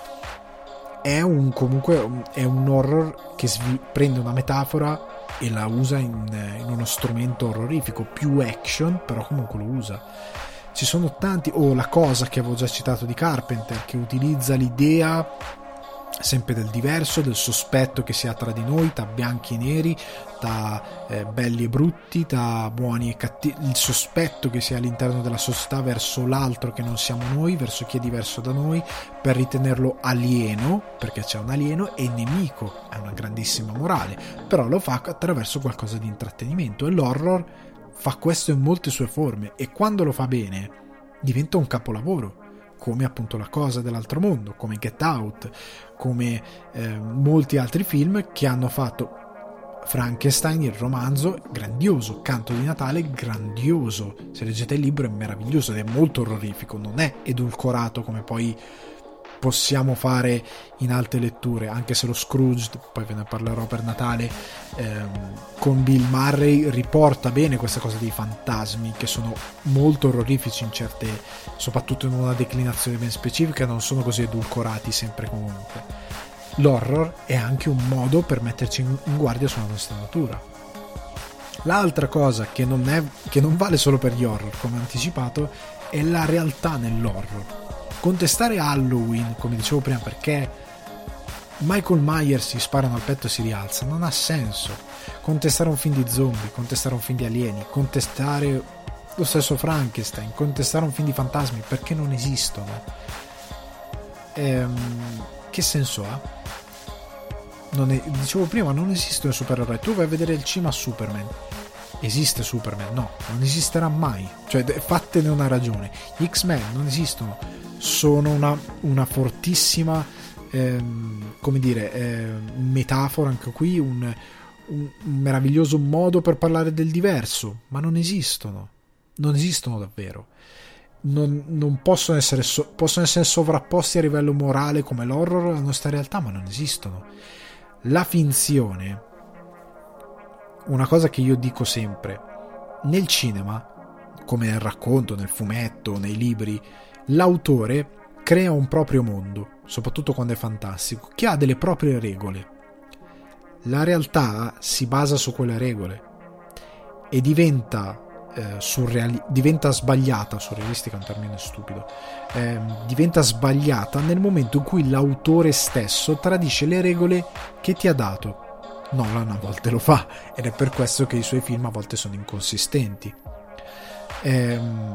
È un, comunque è un horror che svi- prende una metafora e la usa in, in uno strumento orrorifico, più action, però comunque lo usa. Ci sono tanti, o oh, La Cosa, che avevo già citato, di Carpenter, che utilizza l'idea sempre del diverso, del sospetto che si ha tra di noi, tra bianchi e neri, tra eh, belli e brutti, tra buoni e cattivi, il sospetto che si ha all'interno della società verso l'altro che non siamo noi, verso chi è diverso da noi, per ritenerlo alieno, perché c'è un alieno, e nemico. È una grandissima morale, però lo fa attraverso qualcosa di intrattenimento, e l'horror fa questo in molte sue forme, e quando lo fa bene diventa un capolavoro, come appunto La Cosa dell'altro mondo, come Get Out, come eh, molti altri film che hanno fatto Frankenstein, il romanzo, grandioso, Canto di Natale, grandioso, se leggete il libro è meraviglioso ed è molto orrorifico, non è edulcorato come poi possiamo fare in altre letture, anche se lo Scrooge, poi ve ne parlerò per Natale, ehm, con Bill Murray riporta bene questa cosa dei fantasmi, che sono molto orrorifici in certe, soprattutto in una declinazione ben specifica, non sono così edulcorati sempre comunque. L'horror è anche un modo per metterci in, in guardia sulla nostra natura. L'altra cosa che non, è, che non vale solo per gli horror, come anticipato, è la realtà nell'horror. Contestare Halloween, come dicevo prima, perché Michael Myers si sparano al petto e si rialza, non ha senso. Contestare un film di zombie, contestare un film di alieni, contestare lo stesso Frankenstein, contestare un film di fantasmi, perché non esistono. Ehm, che senso ha? Non è, dicevo prima, non esistono supereroi. Tu vai a vedere il cinema Superman. Esiste Superman? No, non esisterà mai. Cioè, fattene una ragione. Gli X-Men non esistono. Sono una, una fortissima ehm, come dire ehm, metafora anche qui, un, un, un meraviglioso modo per parlare del diverso, ma non esistono, non esistono davvero. Non, non possono essere so, possono essere sovrapposti a livello morale come l'horror alla nostra realtà, ma non esistono. La finzione, una cosa che io dico sempre, nel cinema, come nel racconto, nel fumetto, nei libri, l'autore crea un proprio mondo, soprattutto quando è fantastico, che ha delle proprie regole. La realtà si basa su quelle regole e diventa Eh, surreali- diventa sbagliata, surrealistica è un termine stupido, eh, diventa sbagliata nel momento in cui l'autore stesso tradisce le regole che ti ha dato. Nolan a volte lo fa ed è per questo che i suoi film a volte sono inconsistenti, ehm,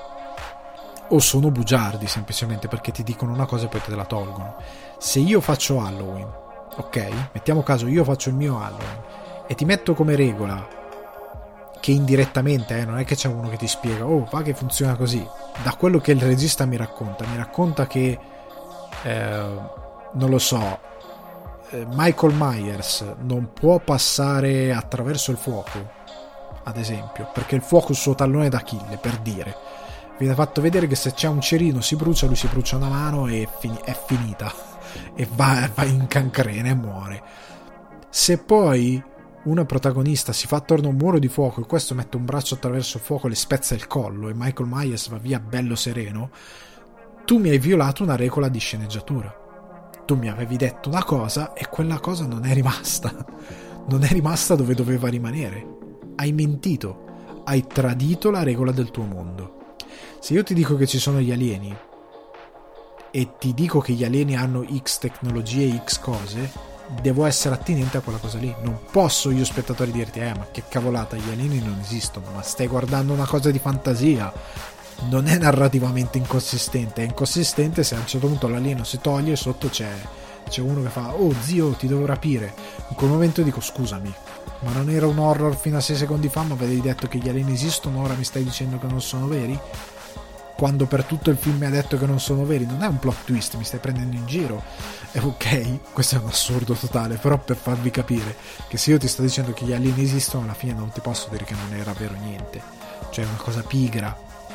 o sono bugiardi, semplicemente perché ti dicono una cosa e poi te la tolgono. Se io faccio Halloween, ok, mettiamo caso io faccio il mio Halloween e ti metto come regola che indirettamente, eh, non è che c'è uno che ti spiega, oh, va che funziona così, da quello che il regista mi racconta, mi racconta che eh, non lo so, eh, Michael Myers non può passare attraverso il fuoco, ad esempio, perché il fuoco è il suo tallone d'Achille, per dire. Viene fatto vedere che se c'è un cerino si brucia, lui si brucia una mano e fin- è finita e va, va in cancrena e muore. Se poi una protagonista si fa attorno a un muro di fuoco e questo mette un braccio attraverso il fuoco e le spezza il collo e Michael Myers va via bello sereno, tu mi hai violato una regola di sceneggiatura. Tu mi avevi detto una cosa e quella cosa non è rimasta, non è rimasta dove doveva rimanere. Hai mentito, hai tradito la regola del tuo mondo. Se io ti dico che ci sono gli alieni e ti dico che gli alieni hanno X tecnologie e X cose, devo essere attinente a quella cosa lì. Non posso io spettatore dirti eh ma che cavolata, gli alieni non esistono, ma stai guardando una cosa di fantasia. Non è narrativamente inconsistente, è inconsistente se a un certo punto l'alieno si toglie e sotto c'è, c'è uno che fa oh zio ti devo rapire. In quel momento dico scusami, ma non era un horror fino a sei secondi fa, ma avevi detto che gli alieni esistono, ora mi stai dicendo che non sono veri? Quando per tutto il film mi ha detto che non sono veri. Non è un plot twist, mi stai prendendo in giro. E ok, questo è un assurdo totale, però per farvi capire che se io ti sto dicendo che gli alieni esistono, alla fine non ti posso dire che non era vero niente, cioè è una cosa pigra.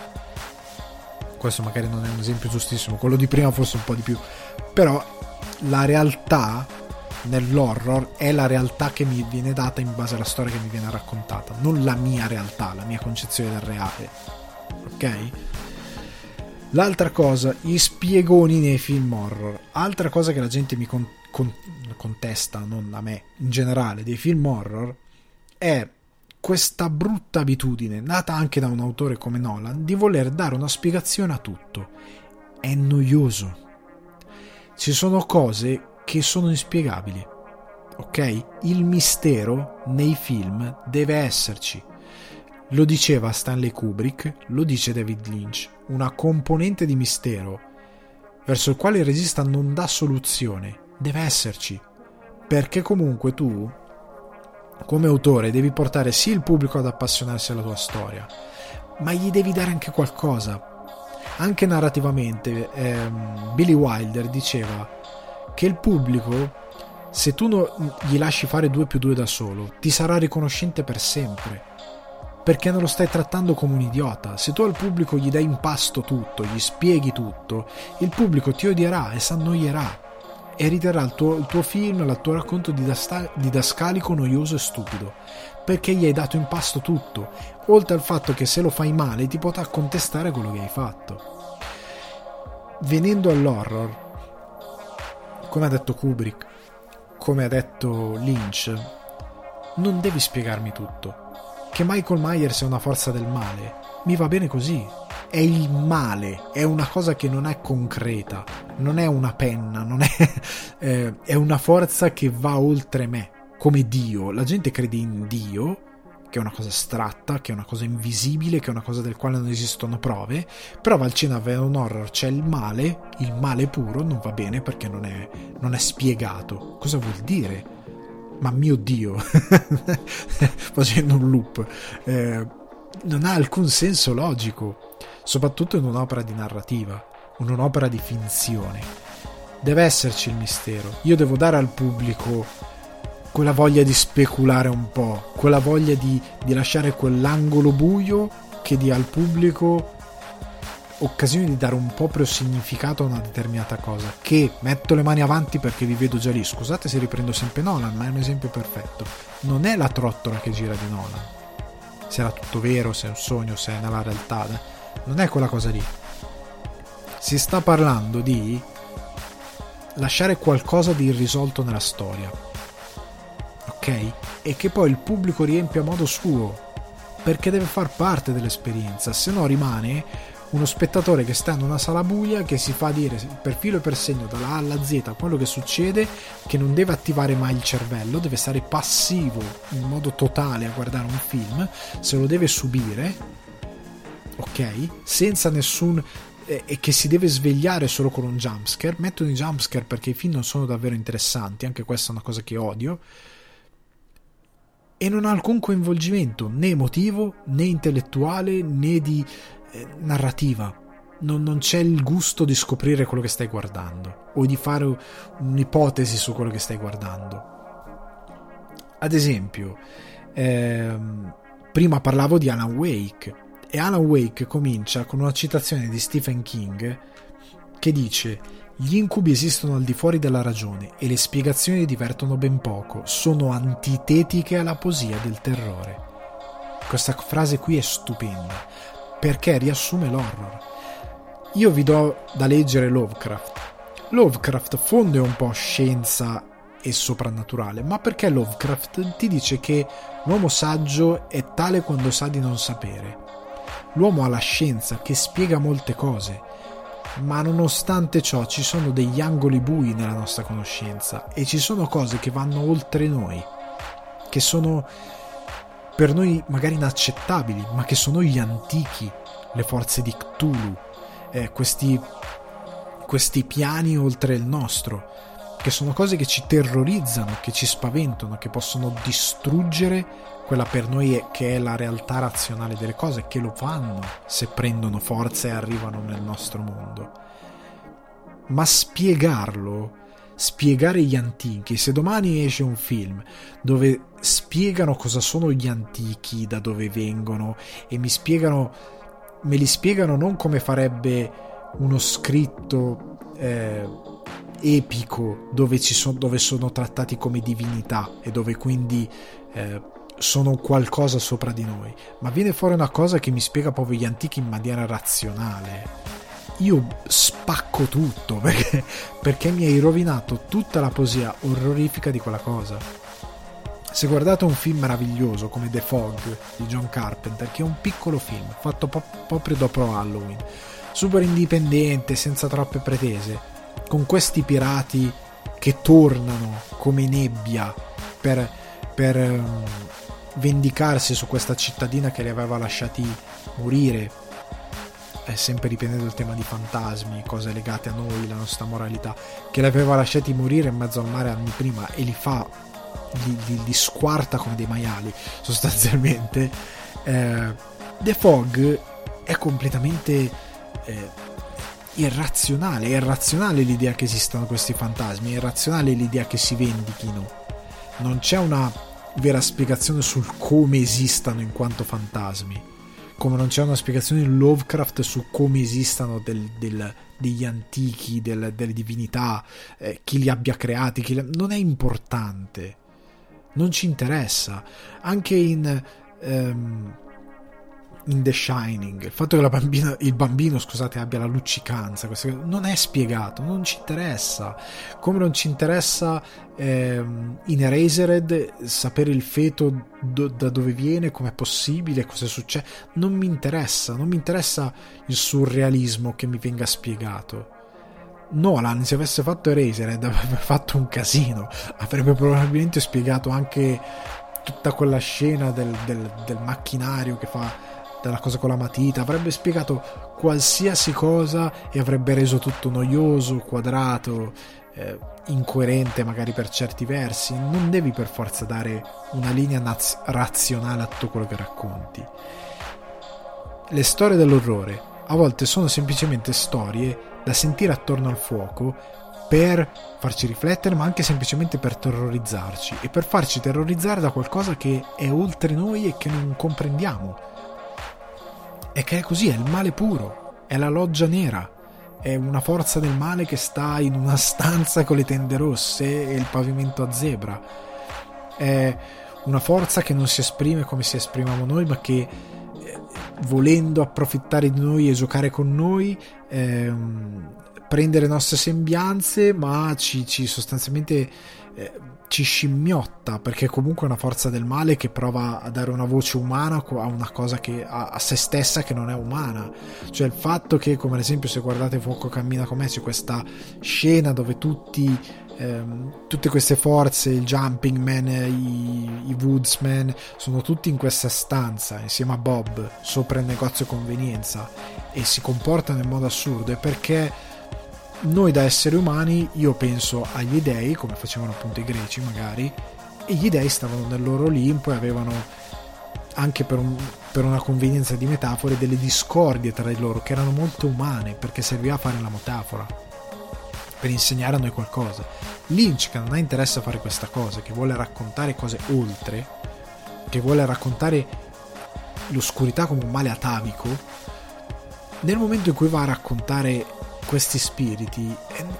Questo magari non è un esempio giustissimo, quello di prima forse un po' di più, però la realtà nell'horror è la realtà che mi viene data in base alla storia che mi viene raccontata, non la mia realtà, la mia concezione del reale, ok? L'altra cosa, gli spiegoni nei film horror. Altra cosa che la gente mi con, con, contesta, non a me, in generale, dei film horror, è questa brutta abitudine, nata anche da un autore come Nolan, di voler dare una spiegazione a tutto. È noioso. Ci sono cose che sono inspiegabili, ok? Il mistero nei film deve esserci. Lo diceva Stanley Kubrick, lo dice David Lynch, una componente di mistero verso il quale il regista non dà soluzione deve esserci, perché comunque tu come autore devi portare sì il pubblico ad appassionarsi alla tua storia, ma gli devi dare anche qualcosa, anche narrativamente. ehm, Billy Wilder diceva che il pubblico, se tu no, gli lasci fare due più due da solo, ti sarà riconoscente per sempre, perché non lo stai trattando come un idiota. Se tu al pubblico gli dai in pasto tutto, gli spieghi tutto, il pubblico ti odierà e s'annoierà e riterrà il tuo, il tuo film, il tuo racconto didascalico, noioso e stupido, perché gli hai dato in pasto tutto, oltre al fatto che se lo fai male ti potrà contestare quello che hai fatto. Venendo all'horror, come ha detto Kubrick, come ha detto Lynch, non devi spiegarmi tutto. Che Michael Myers è una forza del male, mi va bene così. È il male, è una cosa che non è concreta, non è una penna, non è, eh, è una forza che va oltre me, come Dio. La gente crede in Dio, che è una cosa astratta, che è una cosa invisibile, che è una cosa del quale non esistono prove, però va al cinema a vedere un horror, c'è il male, il male puro, non va bene perché non è, non è spiegato. Cosa vuol dire? Ma mio Dio, facendo un loop, eh, non ha alcun senso logico, soprattutto in un'opera di narrativa, in un'opera di finzione. Deve esserci il mistero. Io devo dare al pubblico quella voglia di speculare un po', quella voglia di, di lasciare quell'angolo buio che dia al pubblico occasione di dare un proprio significato a una determinata cosa, che metto le mani avanti perché vi vedo già lì, scusate se riprendo sempre Nolan, ma è un esempio perfetto. Non è la trottola che gira di Nolan, se era tutto vero, se è un sogno, se è nella realtà, non è quella cosa lì. Si sta parlando di lasciare qualcosa di irrisolto nella storia, ok? E che poi il pubblico riempie a modo suo, perché deve far parte dell'esperienza, se no rimane uno spettatore che sta in una sala buia, che si fa dire per filo e per segno dalla A alla Z quello che succede, che non deve attivare mai il cervello, deve stare passivo in modo totale a guardare un film, se lo deve subire, ok? Senza nessun... e che si deve svegliare solo con un jumpscare. Mettono i jumpscare perché i film non sono davvero interessanti, anche questa è una cosa che odio, e non ha alcun coinvolgimento né emotivo né intellettuale né di eh, narrativa. Non, non c'è il gusto di scoprire quello che stai guardando o di fare un'ipotesi su quello che stai guardando. Ad esempio, ehm, prima parlavo di Alan Wake, e Alan Wake comincia con una citazione di Stephen King che dice: gli incubi esistono al di fuori della ragione e le spiegazioni divertono ben poco, sono antitetiche alla poesia del terrore. Questa frase qui è stupenda perché riassume l'horror. Io vi do da leggere Lovecraft. Lovecraft fonde un po' scienza e soprannaturale, ma perché Lovecraft ti dice che l'uomo saggio è tale quando sa di non sapere. L'uomo ha la scienza che spiega molte cose, ma nonostante ciò ci sono degli angoli bui nella nostra conoscenza e ci sono cose che vanno oltre noi, che sono per noi magari inaccettabili, ma che sono gli antichi, le forze di Cthulhu, eh, questi, questi piani oltre il nostro, che sono cose che ci terrorizzano, che ci spaventano, che possono distruggere quella per noi è, che è la realtà razionale delle cose, che lo fanno se prendono forza e arrivano nel nostro mondo. Ma spiegarlo, spiegare gli antichi, se domani esce un film dove spiegano cosa sono gli antichi, da dove vengono, e mi spiegano, me li spiegano non come farebbe uno scritto eh, epico dove, ci so, dove sono trattati come divinità e dove quindi eh, sono qualcosa sopra di noi, ma viene fuori una cosa che mi spiega proprio gli antichi in maniera razionale. Io spacco tutto perché, perché mi hai rovinato tutta la poesia orrorifica di quella cosa. Se guardate un film meraviglioso come The Fog di John Carpenter, che è un piccolo film fatto po- proprio dopo Halloween, super indipendente, senza troppe pretese, con questi pirati che tornano come nebbia per, per um, vendicarsi su questa cittadina che li aveva lasciati morire, eh, sempre riprendendo il tema di fantasmi, cose legate a noi, la nostra moralità, che li aveva lasciati morire in mezzo al mare anni prima e li fa, li, li, li squarta come dei maiali sostanzialmente. eh, The Fog è completamente eh, irrazionale, è irrazionale l'idea che esistano questi fantasmi, è irrazionale l'idea che si vendichino, non c'è una vera spiegazione sul come esistano in quanto fantasmi, come non c'è una spiegazione in Lovecraft su come esistano del, del, degli antichi, del, delle divinità, eh, chi li abbia creati, chi li... non è importante, non ci interessa. Anche in ehm, in The Shining, il fatto che la bambina, il bambino scusate abbia la luccicanza, questo non è spiegato, non ci interessa, come non ci interessa ehm, in Eraserhead sapere il feto do, da dove viene, com'è possibile, cosa succede, non mi interessa, non mi interessa il surrealismo che mi venga spiegato. Nolan, se avesse fatto Eraserhead, avrebbe fatto un casino, avrebbe probabilmente spiegato anche tutta quella scena del, del, del macchinario che fa della cosa con la matita, avrebbe spiegato qualsiasi cosa e avrebbe reso tutto noioso, quadrato, eh, incoerente magari per certi versi. Non devi per forza dare una linea naz- razionale a tutto quello che racconti. Le storie dell'orrore a volte sono semplicemente storie da sentire attorno al fuoco per farci riflettere, ma anche semplicemente per terrorizzarci e per farci terrorizzare da qualcosa che è oltre noi e che non comprendiamo. E che è così, è il male puro, è la loggia nera, è una forza del male che sta in una stanza con le tende rosse e il pavimento a zebra. È una forza che non si esprime come si esprimiamo noi, ma che eh, volendo approfittare di noi e giocare con noi, ehm, prende le nostre sembianze, ma ci, ci sostanzialmente eh, ci scimmiotta, perché comunque è una forza del male che prova a dare una voce umana a una cosa che a, a se stessa che non è umana. Cioè il fatto che, come ad esempio se guardate Fuoco cammina con me, c'è questa scena dove tutti ehm, tutte queste forze, il Jumping Man, i, i Woodsman, sono tutti in questa stanza insieme a Bob sopra il negozio convenienza e si comportano in modo assurdo, è perché noi da esseri umani, io penso agli dei, come facevano appunto i greci magari, e gli dei stavano nel loro Olimpo e avevano, anche per, un, per una convenienza di metafore, delle discordie tra di loro che erano molto umane, perché serviva a fare la metafora, per insegnare a noi qualcosa. Lynch, che non ha interesse a fare questa cosa, che vuole raccontare cose oltre, che vuole raccontare l'oscurità come un male atavico, nel momento in cui va a raccontare questi spiriti,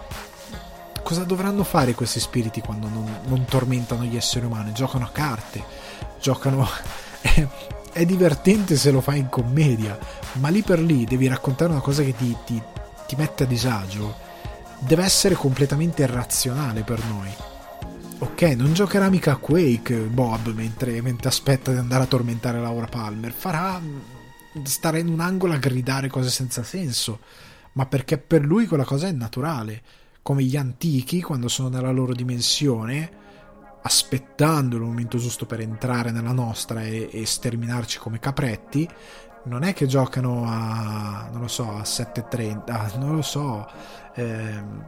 cosa dovranno fare questi spiriti quando non, non tormentano gli esseri umani? Giocano a carte, giocano è, è divertente se lo fai in commedia, ma lì per lì devi raccontare una cosa che ti, ti, ti mette a disagio, deve essere completamente irrazionale per noi. Ok, non giocherà mica a Quake Bob mentre, mentre aspetta di andare a tormentare Laura Palmer, farà stare in un angolo a gridare cose senza senso, ma perché per lui quella cosa è naturale, come gli antichi quando sono nella loro dimensione, aspettando il momento giusto per entrare nella nostra e, e sterminarci come capretti. Non è che giocano a, non lo so, a sette e trenta, non lo so, ehm,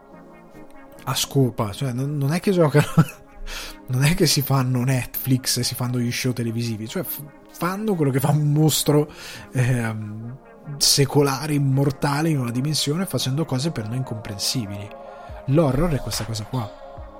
a scopa, cioè non, non è che giocano non è che si fanno Netflix e si fanno gli show televisivi, cioè f- fanno quello che fa un mostro ehm, secolare, immortale in una dimensione, facendo cose per noi incomprensibili. L'horror è questa cosa qua.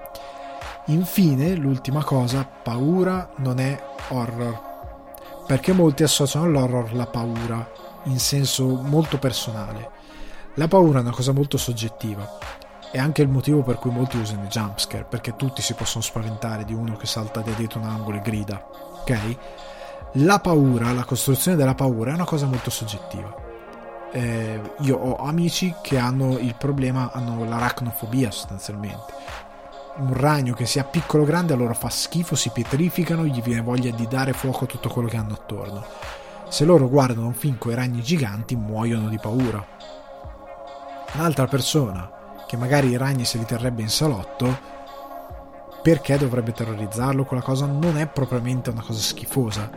Infine, l'ultima cosa, paura non è horror, perché molti associano all'horror la paura in senso molto personale. La paura è una cosa molto soggettiva, è anche il motivo per cui molti usano i jumpscare, perché tutti si possono spaventare di uno che salta da dietro un angolo e grida, ok? La paura, la costruzione della paura è una cosa molto soggettiva. Eh, io ho amici che hanno il problema, hanno l'aracnofobia sostanzialmente. Un ragno che sia piccolo o grande a loro fa schifo, si pietrificano, gli viene voglia di dare fuoco a tutto quello che hanno attorno. Se loro guardano un film con i ragni giganti muoiono di paura. Un'altra persona che magari i ragni se li terrebbe in salotto, perché dovrebbe terrorizzarlo? Quella cosa non è propriamente una cosa schifosa.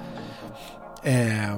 Eh,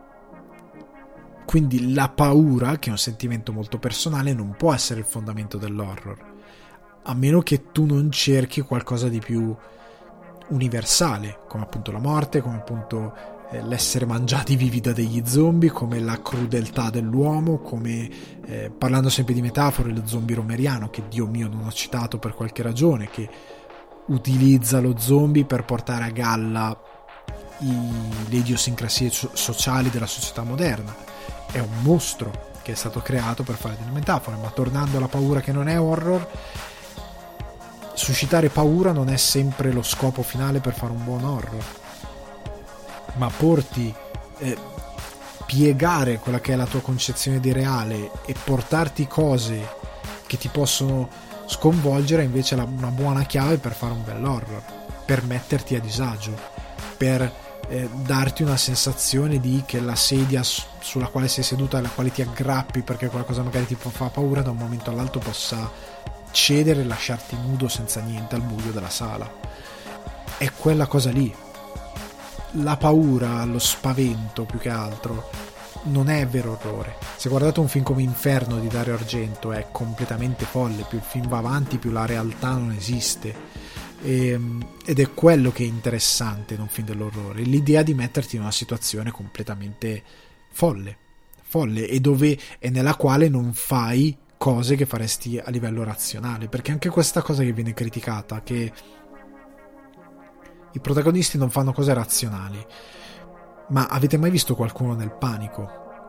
quindi la paura, che è un sentimento molto personale, non può essere il fondamento dell'horror, a meno che tu non cerchi qualcosa di più universale, come appunto la morte, come appunto eh, l'essere mangiati vivi da degli zombie, come la crudeltà dell'uomo, come eh, parlando sempre di metafore, lo zombie romeriano, che Dio mio non ho citato per qualche ragione, che utilizza lo zombie per portare a galla i, le idiosincrasie sociali della società moderna. È un mostro che è stato creato per fare delle metafore. Ma tornando alla paura, che non è horror, suscitare paura non è sempre lo scopo finale per fare un buon horror, ma porti eh, piegare quella che è la tua concezione di reale e portarti cose che ti possono sconvolgere invece la, una buona chiave per fare un bel horror, per metterti a disagio, per eh, darti una sensazione di che la sedia sulla quale sei seduta, alla quale ti aggrappi perché qualcosa magari ti fa paura, da un momento all'altro possa cedere e lasciarti nudo senza niente al buio della sala. È quella cosa lì. La paura, lo spavento più che altro non è vero orrore. Se guardate un film come Inferno di Dario Argento è completamente folle, più il film va avanti più la realtà non esiste, e, ed è quello che è interessante in un film dell'orrore, l'idea di metterti in una situazione completamente folle folle e dove e nella quale non fai cose che faresti a livello razionale, perché anche questa cosa che viene criticata, che i protagonisti non fanno cose razionali. Ma avete mai visto qualcuno nel panico?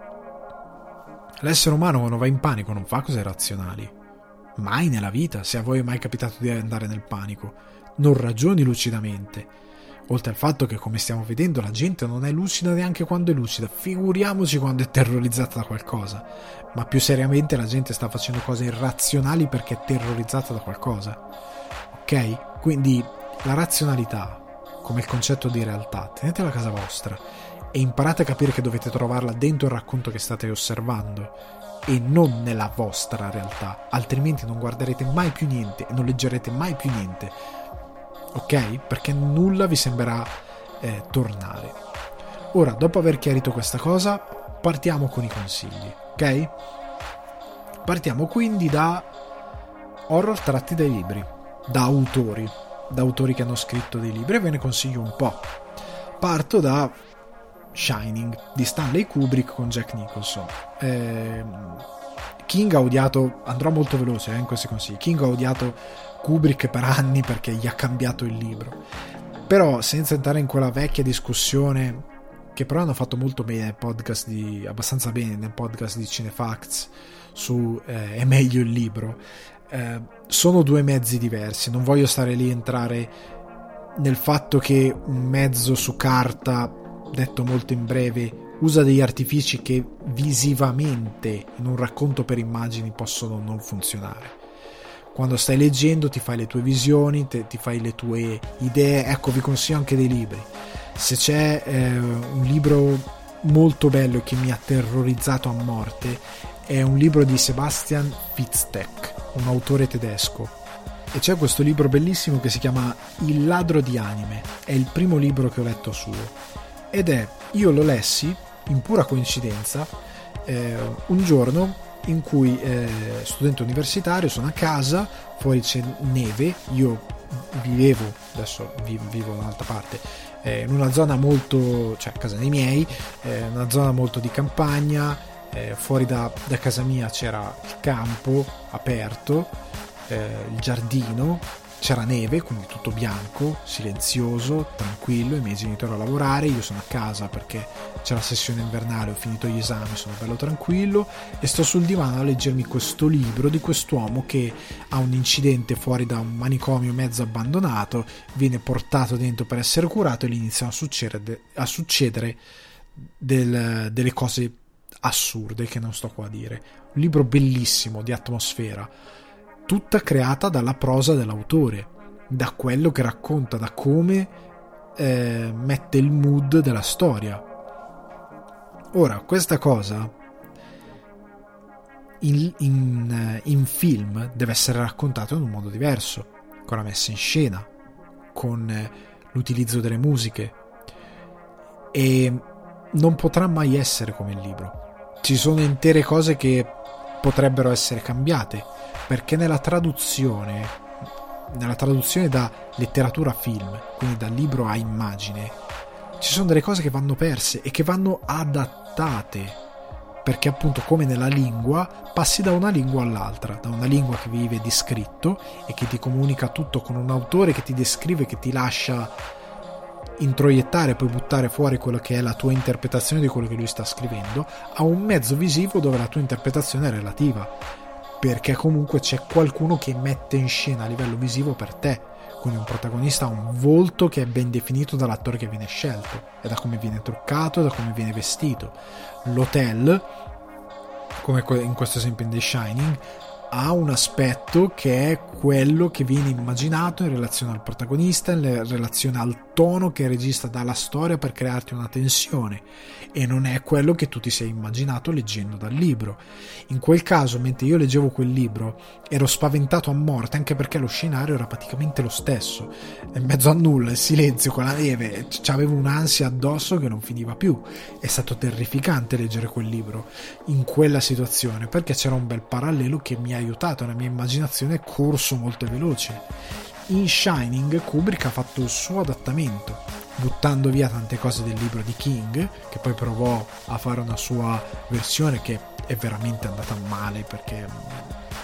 L'essere umano quando va in panico non fa cose razionali, mai nella vita. Se a voi è mai capitato di andare nel panico, non ragioni lucidamente. Oltre al fatto che, come stiamo vedendo, la gente non è lucida neanche quando è lucida, figuriamoci quando è terrorizzata da qualcosa. Ma più seriamente la gente sta facendo cose irrazionali perché è terrorizzata da qualcosa. Ok? Quindi la razionalità, come il concetto di realtà, tenetela a casa vostra e imparate a capire che dovete trovarla dentro il racconto che state osservando e non nella vostra realtà, altrimenti non guarderete mai più niente e non leggerete mai più niente. Ok? Perché nulla vi sembrerà eh, tornare. Ora, dopo aver chiarito questa cosa, partiamo con i consigli, ok? Partiamo quindi da horror tratti dai libri, da autori, da autori che hanno scritto dei libri, e ve ne consiglio un po'. Parto da Shining di Stanley Kubrick con Jack Nicholson. Eh, King ha odiato, andrò molto veloce eh, in questi consigli. King ha odiato Kubrick per anni perché gli ha cambiato il libro, però senza entrare in quella vecchia discussione che però hanno fatto molto bene nel podcast di abbastanza bene nel podcast di Cinefacts su eh, è meglio il libro. Eh, sono due mezzi diversi, non voglio stare lì a entrare nel fatto che un mezzo su carta, detto molto in breve, usa degli artifici che visivamente in un racconto per immagini possono non funzionare. Quando stai leggendo ti fai le tue visioni, te, ti fai le tue idee. Ecco, vi consiglio anche dei libri. Se c'è eh, un libro molto bello che mi ha terrorizzato a morte, è un libro di Sebastian Fitzek, un autore tedesco, e c'è questo libro bellissimo che si chiama Il ladro di anime. È il primo libro che ho letto suo, ed è, io lo lessi in pura coincidenza eh, un giorno in cui eh, studente universitario, sono a casa, fuori c'è neve, io vivevo, adesso vivo da un'altra parte, eh, in una zona molto, cioè a casa dei miei, eh, una zona molto di campagna, eh, fuori da, da casa mia c'era il campo aperto, eh, il giardino, c'era neve, quindi tutto bianco, silenzioso, tranquillo, i miei genitori a lavorare, io sono a casa perché c'è la sessione invernale, ho finito gli esami, sono bello tranquillo e sto sul divano a leggermi questo libro di quest'uomo che ha un incidente fuori da un manicomio mezzo abbandonato, viene portato dentro per essere curato e gli iniziano a succedere, a succedere del, delle cose assurde che non sto qua a dire. Un libro bellissimo di atmosfera, tutta creata dalla prosa dell'autore, da quello che racconta, da come eh, mette il mood della storia. Ora, questa cosa in, in, in film deve essere raccontata in un modo diverso, con la messa in scena, con l'utilizzo delle musiche, e non potrà mai essere come il libro. Ci sono intere cose che potrebbero essere cambiate, perché nella traduzione nella traduzione da letteratura a film, quindi da libro a immagine, ci sono delle cose che vanno perse e che vanno adattate, perché appunto come nella lingua passi da una lingua all'altra, da una lingua che vive di scritto e che ti comunica tutto, con un autore che ti descrive, che ti lascia introiettare, poi buttare fuori quello che è la tua interpretazione di quello che lui sta scrivendo, a un mezzo visivo dove la tua interpretazione è relativa, perché comunque c'è qualcuno che mette in scena a livello visivo per te, quindi un protagonista ha un volto che è ben definito dall'attore che viene scelto e da come viene truccato e da come viene vestito. L'hotel, come in questo esempio in The Shining, ha un aspetto che è quello che viene immaginato in relazione al protagonista, in relazione al tono che il regista dà alla storia per crearti una tensione, e non è quello che tu ti sei immaginato leggendo dal libro. In quel caso, mentre io leggevo quel libro, ero spaventato a morte, anche perché lo scenario era praticamente lo stesso, in mezzo a nulla, il silenzio con la neve, c'avevo un'ansia addosso che non finiva più. È stato terrificante leggere quel libro in quella situazione, perché c'era un bel parallelo che mi ha aiutato, la mia immaginazione è corso molto veloce. In Shining Kubrick ha fatto il suo adattamento, buttando via tante cose del libro di King, che poi provò a fare una sua versione che è veramente andata male, perché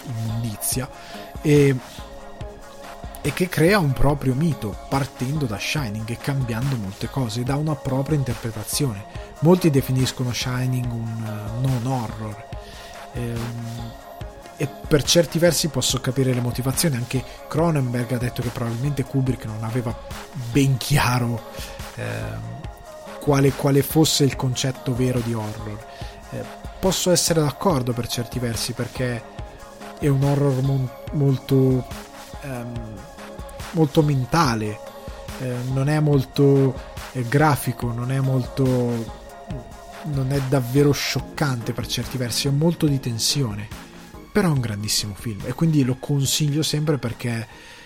immondizia, e, e che crea un proprio mito partendo da Shining e cambiando molte cose, da una propria interpretazione. Molti definiscono Shining un uh, non horror, ehm, e per certi versi posso capire le motivazioni. Anche Cronenberg ha detto che probabilmente Kubrick non aveva ben chiaro eh, quale, quale fosse il concetto vero di horror. Eh, posso essere d'accordo per certi versi, perché è un horror mon- molto ehm, molto mentale, eh, non è molto eh, grafico, non è molto non è davvero scioccante per certi versi, è molto di tensione, però è un grandissimo film e quindi lo consiglio sempre, perché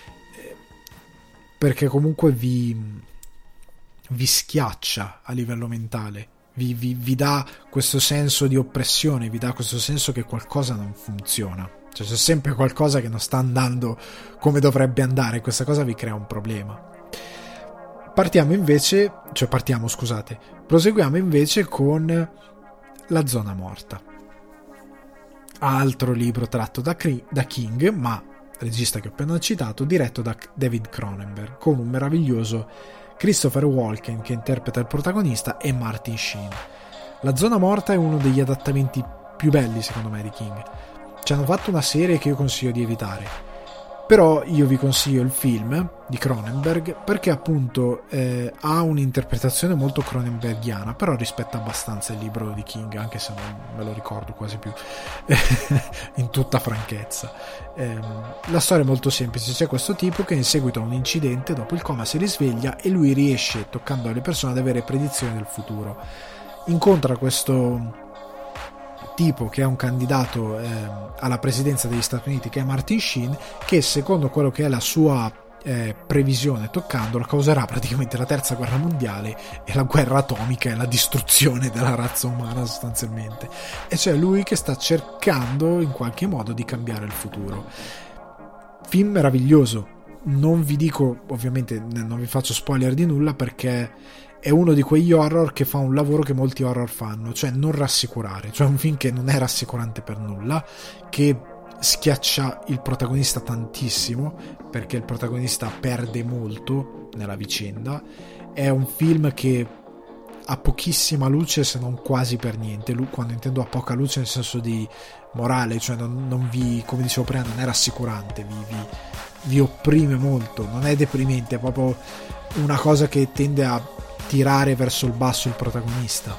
perché comunque vi vi schiaccia a livello mentale, vi, vi, vi dà questo senso di oppressione, vi dà questo senso che qualcosa non funziona, cioè c'è sempre qualcosa che non sta andando come dovrebbe andare, e questa cosa vi crea un problema. Partiamo invece, cioè partiamo scusate, proseguiamo invece con La zona morta, altro libro tratto da, da King, ma regista che ho appena citato, diretto da David Cronenberg, con un meraviglioso Christopher Walken che interpreta il protagonista e Martin Sheen. La zona morta è uno degli adattamenti più belli secondo me di King. Ci hanno fatto una serie che io consiglio di evitare, però io vi consiglio il film di Cronenberg, perché appunto eh, ha un'interpretazione molto cronenbergiana, però rispetta abbastanza il libro di King, anche se non me lo ricordo quasi più in tutta franchezza. Eh, la storia è molto semplice: c'è questo tipo che in seguito a un incidente, dopo il coma, si risveglia e lui riesce, toccando le persone, ad avere predizioni del futuro. Incontra questo tipo che è un candidato eh, alla presidenza degli Stati Uniti, che è Martin Sheen, che secondo quello che è la sua eh, previsione, toccandolo, causerà praticamente la terza guerra mondiale e la guerra atomica e la distruzione della razza umana sostanzialmente, e c'è lui che sta cercando in qualche modo di cambiare il futuro. Film meraviglioso, non vi dico ovviamente, non vi faccio spoiler di nulla, perché è uno di quegli horror che fa un lavoro che molti horror fanno, cioè non rassicurare, cioè un film che non è rassicurante per nulla, che schiaccia il protagonista tantissimo, perché il protagonista perde molto nella vicenda. È un film che ha pochissima luce, se non quasi per niente. Quando intendo a poca luce nel senso di morale, cioè non, non vi, come dicevo prima, non è rassicurante, vi, vi, vi opprime molto, non è deprimente, è proprio una cosa che tende a tirare verso il basso il protagonista,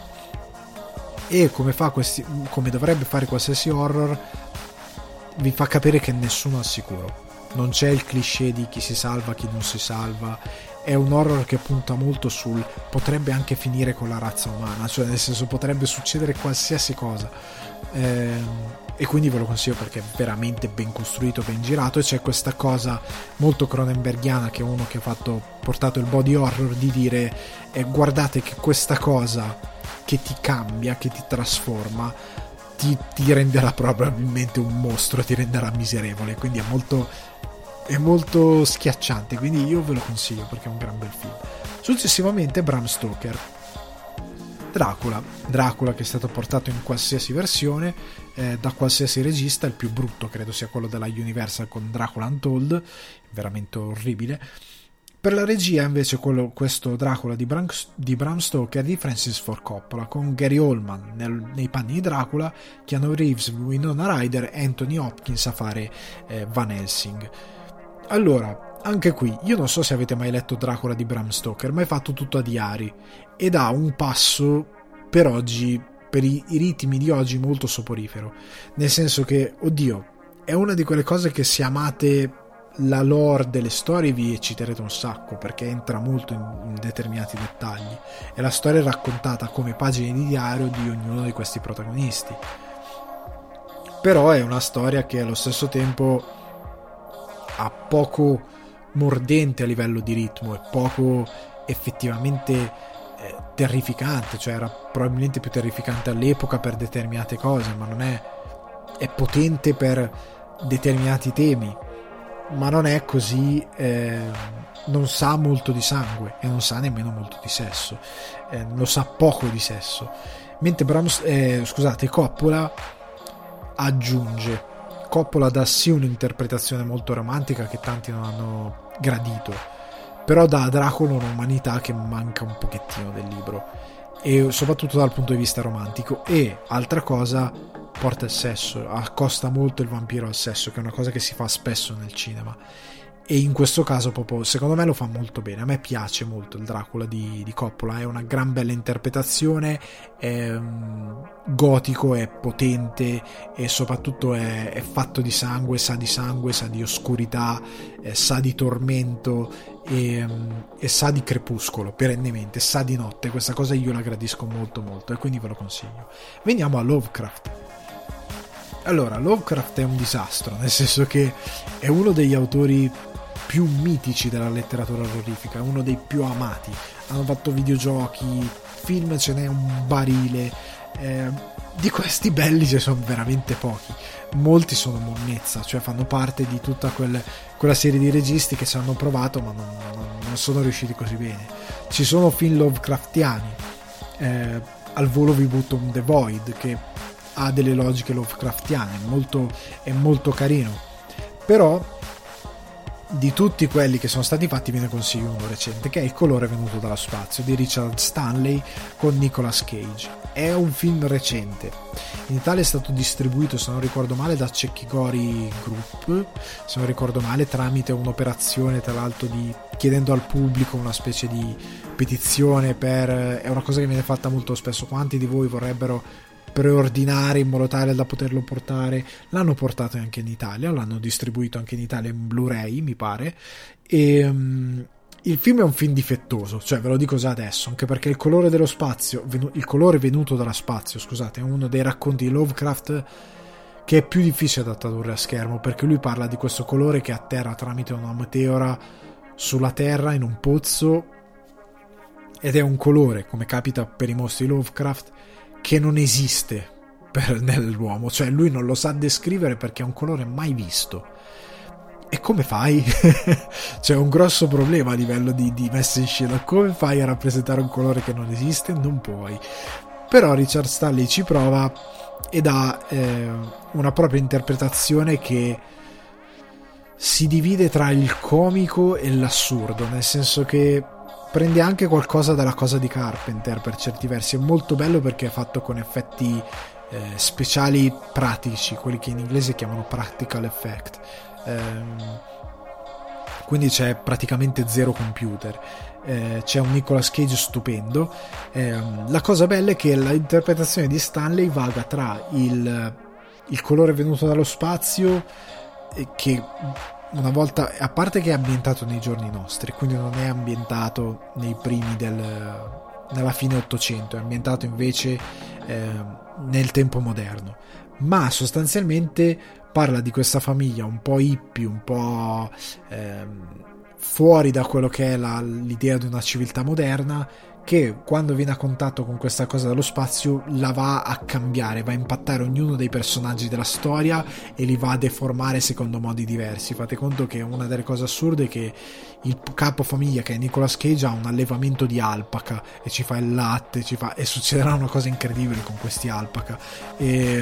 e come fa questi, come dovrebbe fare qualsiasi horror, vi fa capire che nessuno è al sicuro, non c'è il cliché di chi si salva, chi non si salva. È un horror che punta molto sul potrebbe anche finire con la razza umana, cioè nel senso potrebbe succedere qualsiasi cosa, ehm, e quindi ve lo consiglio perché è veramente ben costruito, ben girato, e c'è questa cosa molto cronenbergiana, che è uno che ha fatto portato il body horror, di dire eh, guardate che questa cosa che ti cambia, che ti trasforma, ti, ti renderà probabilmente un mostro, ti renderà miserevole, quindi è molto è molto schiacciante, quindi io ve lo consiglio perché è un gran bel film. Successivamente Bram Stoker, Dracula Dracula che è stato portato in qualsiasi versione eh, da qualsiasi regista. Il più brutto credo sia quello della Universal con Dracula Untold, veramente orribile. Per la regia invece quello, questo Dracula di Bram, di Bram Stoker di Francis Ford Coppola, con Gary Oldman nel, nei panni di Dracula, Keanu Reeves, Winona Ryder e Anthony Hopkins a fare eh, Van Helsing. Allora, anche qui, io non so se avete mai letto Dracula di Bram Stoker, ma è fatto tutto a diari ed ha un passo per oggi, per i, i ritmi di oggi, molto soporifero, nel senso che, oddio, è una di quelle cose che, se amate la lore delle storie, vi ecciterete un sacco, perché entra molto in, in determinati dettagli, e la storia è raccontata come pagine di diario di ognuno di questi protagonisti, però è una storia che allo stesso tempo ha poco mordente a livello di ritmo, è poco effettivamente eh, terrificante, cioè era probabilmente più terrificante all'epoca per determinate cose, ma non è è potente per determinati temi, ma non è così eh, non sa molto di sangue e non sa nemmeno molto di sesso, eh, lo sa poco di sesso, mentre Bram, eh, scusate Coppola aggiunge Coppola dà sì un'interpretazione molto romantica che tanti non hanno gradito, però dà a Dracula un'umanità che manca un pochettino del libro, e soprattutto dal punto di vista romantico. E altra cosa, porta il sesso, accosta molto il vampiro al sesso, che è una cosa che si fa spesso nel cinema, e in questo caso proprio secondo me lo fa molto bene. A me piace molto il Dracula di, di Coppola, è una gran bella interpretazione, è um, gotico, è potente, e soprattutto è, è fatto di sangue, sa di sangue, sa di oscurità, eh, sa di tormento, e, um, e sa di crepuscolo perennemente, sa di notte. Questa cosa io la gradisco molto molto, e quindi ve lo consiglio. Veniamo a Lovecraft. Allora, Lovecraft è un disastro, nel senso che è uno degli autori più mitici della letteratura orrorifica, è uno dei più amati. Hanno fatto videogiochi, film ce n'è un barile, eh, di questi belli ce sono veramente pochi. Molti sono monnezza, cioè fanno parte di tutta quel, quella serie di registi che ci hanno provato ma non, non, non sono riusciti così bene. Ci sono film Lovecraftiani, eh, al volo vi butto un The Void che ha delle logiche Lovecraftiane, molto, è molto carino, però di tutti quelli che sono stati fatti ve ne consiglio uno recente, che è Il colore venuto dallo spazio di Richard Stanley con Nicolas Cage. È un film recente, in Italia è stato distribuito, se non ricordo male, da Cecchigori Group, se non ricordo male, tramite un'operazione tra l'altro di chiedendo al pubblico una specie di petizione per, è una cosa che viene fatta molto spesso, quanti di voi vorrebbero preordinare in modo tale da poterlo portare. L'hanno portato anche in Italia, l'hanno distribuito anche in Italia in Blu-ray mi pare, e um, il film è un film difettoso, cioè ve lo dico già adesso, anche perché il colore dello spazio il colore venuto dallo spazio scusate è uno dei racconti di Lovecraft che è più difficile da tradurre a schermo, perché lui parla di questo colore che atterra tramite una meteora sulla Terra in un pozzo, ed è un colore, come capita per i mostri di Lovecraft, che non esiste per, nell'uomo, cioè lui non lo sa descrivere perché è un colore mai visto. E come fai? C'è un grosso problema a livello di, di messa in scena. Come fai a rappresentare un colore che non esiste? Non puoi. Però Richard Stanley ci prova e dà eh, una propria interpretazione che si divide tra il comico e l'assurdo, nel senso che prende anche qualcosa dalla cosa di Carpenter per certi versi. È molto bello perché è fatto con effetti eh, speciali pratici, quelli che in inglese chiamano practical effect, ehm, quindi c'è praticamente zero computer, eh, c'è un Nicolas Cage stupendo. Ehm, la cosa bella è che l'interpretazione di Stanley vaga tra il, il colore venuto dallo spazio, eh, che una volta, a parte che è ambientato nei giorni nostri, quindi non è ambientato nei primi del nella fine ottocento, è ambientato invece eh, nel tempo moderno, ma sostanzialmente parla di questa famiglia un po' hippie, un po' eh, fuori da quello che è la, l'idea di una civiltà moderna, che quando viene a contatto con questa cosa dello spazio la va a cambiare, va a impattare ognuno dei personaggi della storia e li va a deformare secondo modi diversi. Fate conto che una delle cose assurde è che il capofamiglia, che è Nicolas Cage, ha un allevamento di alpaca e ci fa il latte, ci fa... e succederà una cosa incredibile con questi alpaca, e...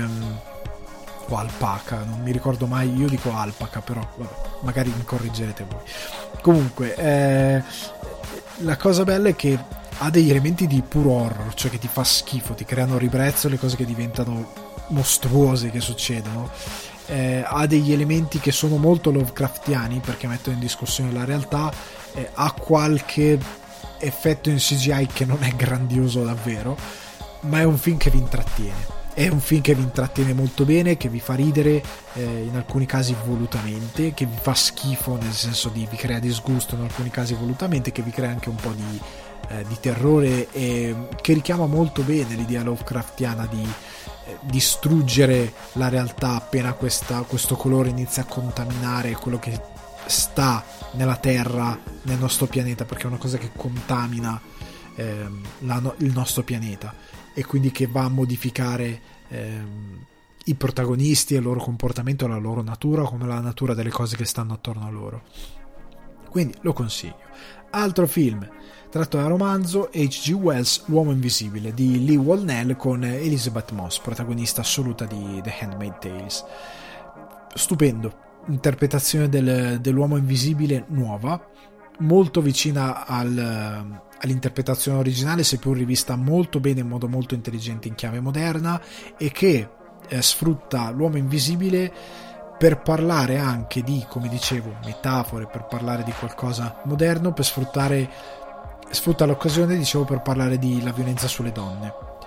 o alpaca, non mi ricordo mai, io dico alpaca, però vabbè, magari mi correggerete voi. Comunque eh... la cosa bella è che ha degli elementi di puro horror, cioè che ti fa schifo, ti creano ribrezzo le cose che diventano mostruose che succedono. Eh, ha degli elementi che sono molto Lovecraftiani perché mettono in discussione la realtà, eh, ha qualche effetto in C G I che non è grandioso davvero, ma è un film che vi intrattiene. È un film che vi intrattiene molto bene, che vi fa ridere, eh, in alcuni casi volutamente, che vi fa schifo, nel senso di vi crea disgusto in alcuni casi volutamente, che vi crea anche un po' di, eh, di terrore, e che richiama molto bene l'idea Lovecraftiana di eh, distruggere la realtà appena questa, questo colore inizia a contaminare quello che sta nella Terra, nel nostro pianeta, perché è una cosa che contamina eh, la, il nostro pianeta, e quindi che va a modificare ehm, i protagonisti e il loro comportamento, la loro natura, come la natura delle cose che stanno attorno a loro. Quindi lo consiglio. Altro film tratto da romanzo, H G Wells, L'uomo invisibile di Lee Wallnell con Elizabeth Moss, protagonista assoluta di The Handmaid's Tales. stupendo, interpretazione del, dell'uomo invisibile nuova, molto vicina al, all'interpretazione originale, seppur rivista molto bene in modo molto intelligente in chiave moderna, e che eh, sfrutta l'uomo invisibile per parlare anche di, come dicevo, metafore, per parlare di qualcosa moderno, per sfruttare sfrutta l'occasione, dicevo, per parlare di la violenza sulle donne.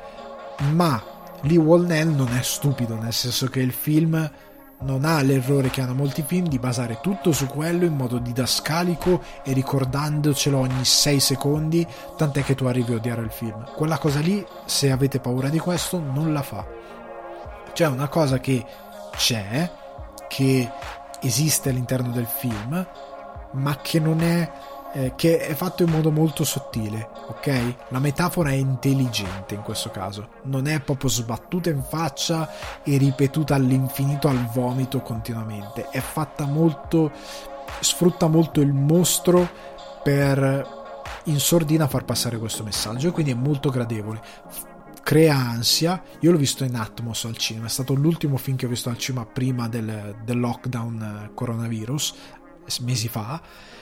Ma Lee Wallnell non è stupido, nel senso che il film non ha l'errore che hanno molti film di basare tutto su quello in modo didascalico e ricordandocelo ogni sei secondi, tant'è che tu arrivi a odiare il film. Quella cosa lì, se avete paura di questo, non la fa. C'è una cosa che c'è, che esiste all'interno del film, ma che non è eh, che è fatto in modo molto sottile, ok? La metafora è intelligente in questo caso, non è proprio sbattuta in faccia e ripetuta all'infinito, al vomito continuamente, è fatta molto, sfrutta molto il mostro per in sordina far passare questo messaggio, e quindi è molto gradevole, crea ansia. Io l'ho visto in Atmos al cinema, è stato l'ultimo film che ho visto al cinema prima del, del lockdown coronavirus, mesi fa,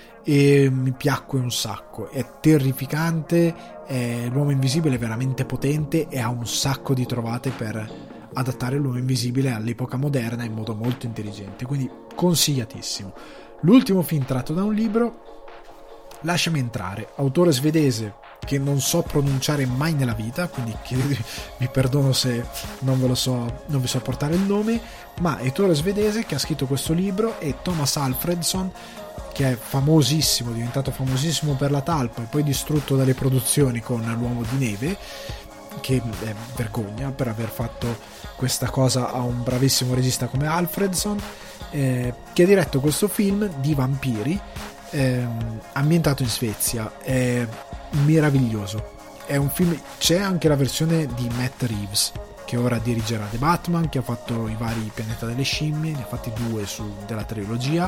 e mi piacque un sacco. È terrificante, è, l'uomo invisibile è veramente potente e ha un sacco di trovate per adattare l'uomo invisibile all'epoca moderna in modo molto intelligente, quindi consigliatissimo. L'ultimo film tratto da un libro, Lasciami entrare, autore svedese che non so pronunciare mai nella vita, quindi vi perdono se non ve lo so, non vi so portare il nome, ma è autore svedese che ha scritto questo libro, è Thomas Alfredson, che è famosissimo, è diventato famosissimo per La Talpa e poi distrutto dalle produzioni con L'uomo di neve, che è vergogna per aver fatto questa cosa a un bravissimo regista come Alfredson, eh, che ha diretto questo film di vampiri, eh, ambientato in Svezia. È meraviglioso, è un film, c'è anche la versione di Matt Reeves che ora dirigerà The Batman, che ha fatto i vari Pianeta delle Scimmie, ne ha fatti due su, della trilogia.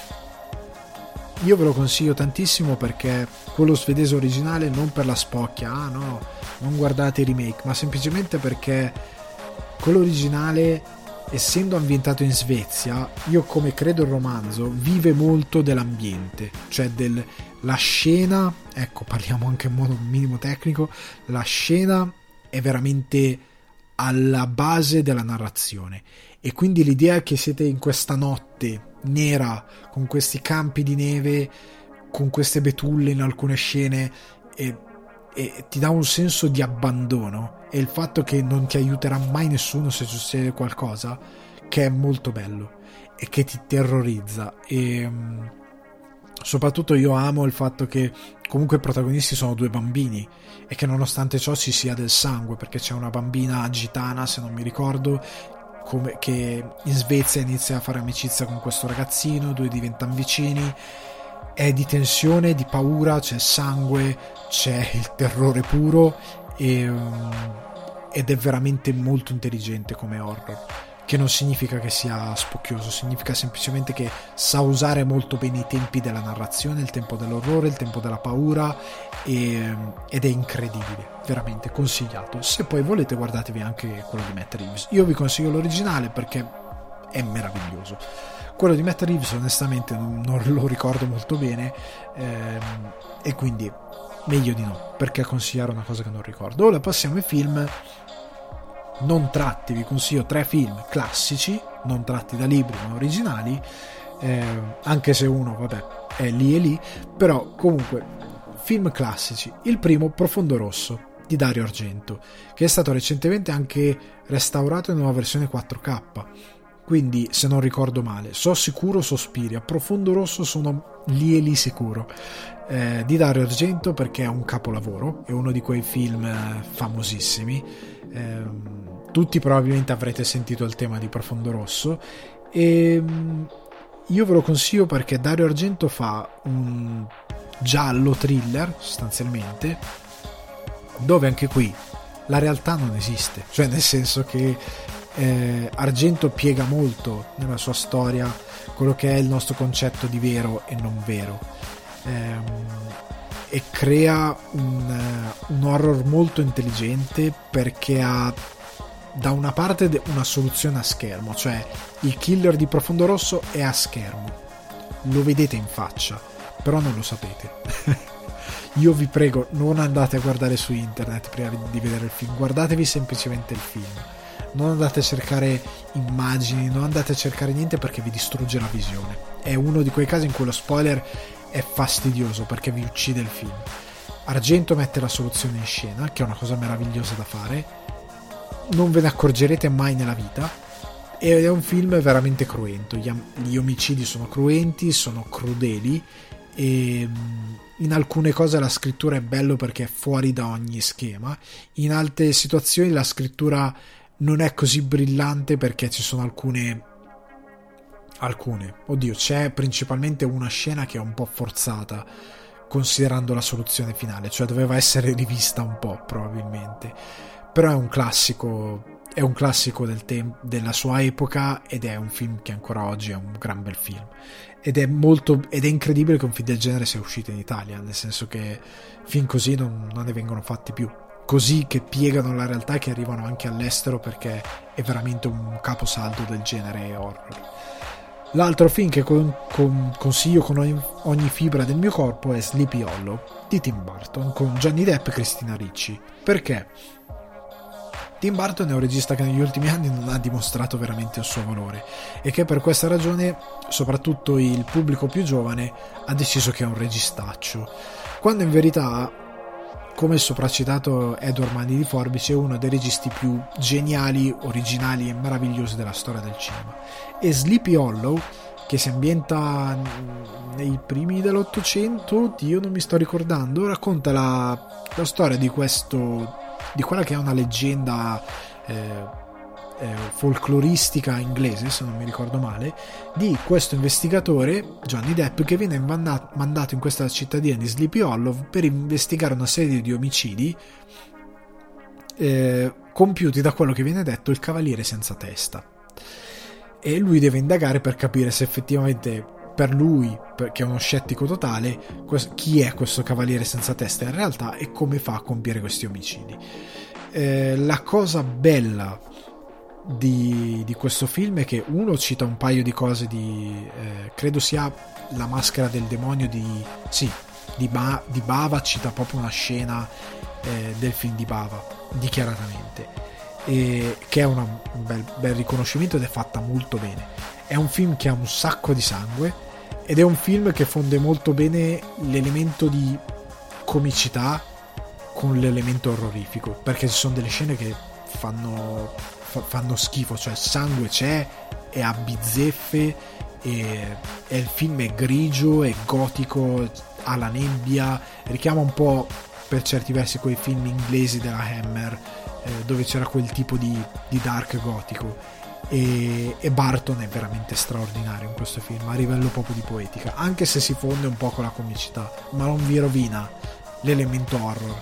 Io ve lo consiglio tantissimo perché quello svedese originale, non per la spocchia, ah no, non guardate i remake, ma semplicemente perché quello originale, essendo ambientato in Svezia, io come credo il romanzo, vive molto dell'ambiente, cioè del la scena, ecco, parliamo anche in modo minimo tecnico, la scena è veramente alla base della narrazione, e quindi l'idea che siete in questa notte nera con questi campi di neve, con queste betulle in alcune scene, e, e ti dà un senso di abbandono, e il fatto che non ti aiuterà mai nessuno se succede qualcosa, che è molto bello e che ti terrorizza. E soprattutto io amo il fatto che comunque i protagonisti sono due bambini e che nonostante ciò ci sia del sangue, perché c'è una bambina gitana, se non mi ricordo, come, che in Svezia inizia a fare amicizia con questo ragazzino, due diventano vicini, è di tensione, di paura, c'è sangue, c'è il terrore puro, e, um, ed è veramente molto intelligente come horror, che non significa che sia spocchioso, significa semplicemente che sa usare molto bene i tempi della narrazione, il tempo dell'orrore, il tempo della paura, e, ed è incredibile, veramente consigliato. Se poi volete guardatevi anche quello di Matt Reeves, io vi consiglio l'originale perché è meraviglioso. Quello di Matt Reeves onestamente non, non lo ricordo molto bene, ehm, e quindi meglio di no, perché consigliare una cosa che non ricordo. Ora passiamo ai film non tratti, vi consiglio tre film classici, non tratti da libri ma originali, eh, anche se uno, vabbè, è lì e lì, però comunque film classici. Il primo, Profondo Rosso di Dario Argento, che è stato recentemente anche restaurato in una versione quattro K, quindi se non ricordo male, So Sicuro Sospiria, Profondo Rosso sono lì e lì sicuro, eh, di Dario Argento, perché è un capolavoro, è uno di quei film eh, famosissimi. Eh, tutti probabilmente avrete sentito il tema di Profondo Rosso, e io ve lo consiglio perché Dario Argento fa un giallo thriller sostanzialmente, dove anche qui la realtà non esiste, cioè nel senso che eh, Argento piega molto nella sua storia quello che è il nostro concetto di vero e non vero, ehm, e crea un, un horror molto intelligente perché ha da una parte una soluzione a schermo, cioè il killer di Profondo Rosso è a schermo, lo vedete in faccia, però non lo sapete. Io vi prego, non andate a guardare su internet prima di vedere il film, guardatevi semplicemente il film, non andate a cercare immagini, non andate a cercare niente, perché vi distrugge la visione. È uno di quei casi in cui lo spoiler è fastidioso perché vi uccide il film. Argento mette la soluzione in scena, che è una cosa meravigliosa da fare, non ve ne accorgerete mai nella vita, ed è un film veramente cruento. Gli, gli omicidi sono cruenti, sono crudeli, e in alcune cose la scrittura è bello perché è fuori da ogni schema, in altre situazioni la scrittura non è così brillante perché ci sono alcune alcune oddio c'è principalmente una scena che è un po' forzata considerando la soluzione finale, cioè doveva essere rivista un po' probabilmente, però è un classico è un classico del tem- della sua epoca, ed è un film che ancora oggi è un gran bel film, ed è molto ed è incredibile che un film del genere sia uscito in Italia, nel senso che film così non, non ne vengono fatti più, così che piegano la realtà e che arrivano anche all'estero, perché è veramente un caposaldo del genere horror. L'altro film che con, con, consiglio con ogni, ogni fibra del mio corpo è Sleepy Hollow di Tim Burton, con Johnny Depp e Christina Ricci. Perché? Tim Burton è un regista che negli ultimi anni non ha dimostrato veramente il suo valore, e che per questa ragione soprattutto il pubblico più giovane ha deciso che è un registaccio, quando in verità, come il sopracitato Edward Mani di Forbice, è uno dei registi più geniali, originali e meravigliosi della storia del cinema. E Sleepy Hollow, che si ambienta nei primi dell'Ottocento, oddio non mi sto ricordando, racconta la, la storia di questo di quella che è una leggenda eh, eh, folcloristica inglese, se non mi ricordo male, di questo investigatore Johnny Depp che viene mandato, mandato in questa cittadina di Sleepy Hollow per investigare una serie di omicidi eh, compiuti da quello che viene detto il cavaliere senza testa, e lui deve indagare per capire se effettivamente per lui, che è uno scettico totale, chi è questo cavaliere senza testa in realtà e come fa a compiere questi omicidi. Eh, la cosa bella di, di questo film è che uno cita un paio di cose di eh, credo sia La maschera del demonio di sì di, ba, di Bava, cita proprio una scena eh, del film di Bava dichiaratamente, e che è una, un bel, bel riconoscimento, ed è fatta molto bene. È un film che ha un sacco di sangue, ed è un film che fonde molto bene l'elemento di comicità con l'elemento orrorifico, perché ci sono delle scene che fanno, fa, fanno schifo, cioè il sangue c'è, è a bizzeffe, e, e il film è grigio, è gotico, ha la nebbia, richiama un po' per certi versi quei film inglesi della Hammer, eh, dove c'era quel tipo di, di dark gotico. E, e Burton è veramente straordinario in questo film a livello proprio di poetica, anche se si fonde un po' con la comicità, ma non vi rovina l'elemento horror.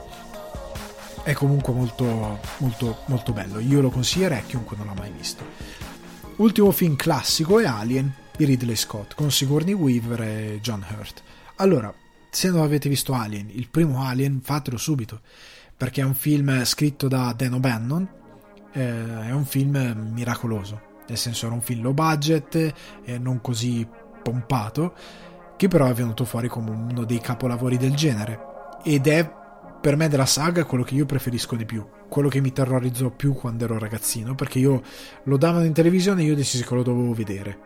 È comunque molto molto molto bello, io lo consiglierei a chiunque non l'ha mai visto. Ultimo film classico è Alien di Ridley Scott con Sigourney Weaver e John Hurt. Allora, se non avete visto Alien, il primo Alien, fatelo subito, perché è un film scritto da Dan O'Bannon. È un film miracoloso, nel senso era un film low budget e non così pompato, che però è venuto fuori come uno dei capolavori del genere, ed è per me della saga quello che io preferisco di più, quello che mi terrorizzò più quando ero ragazzino, perché io lo davano in televisione e io decisi che lo dovevo vedere,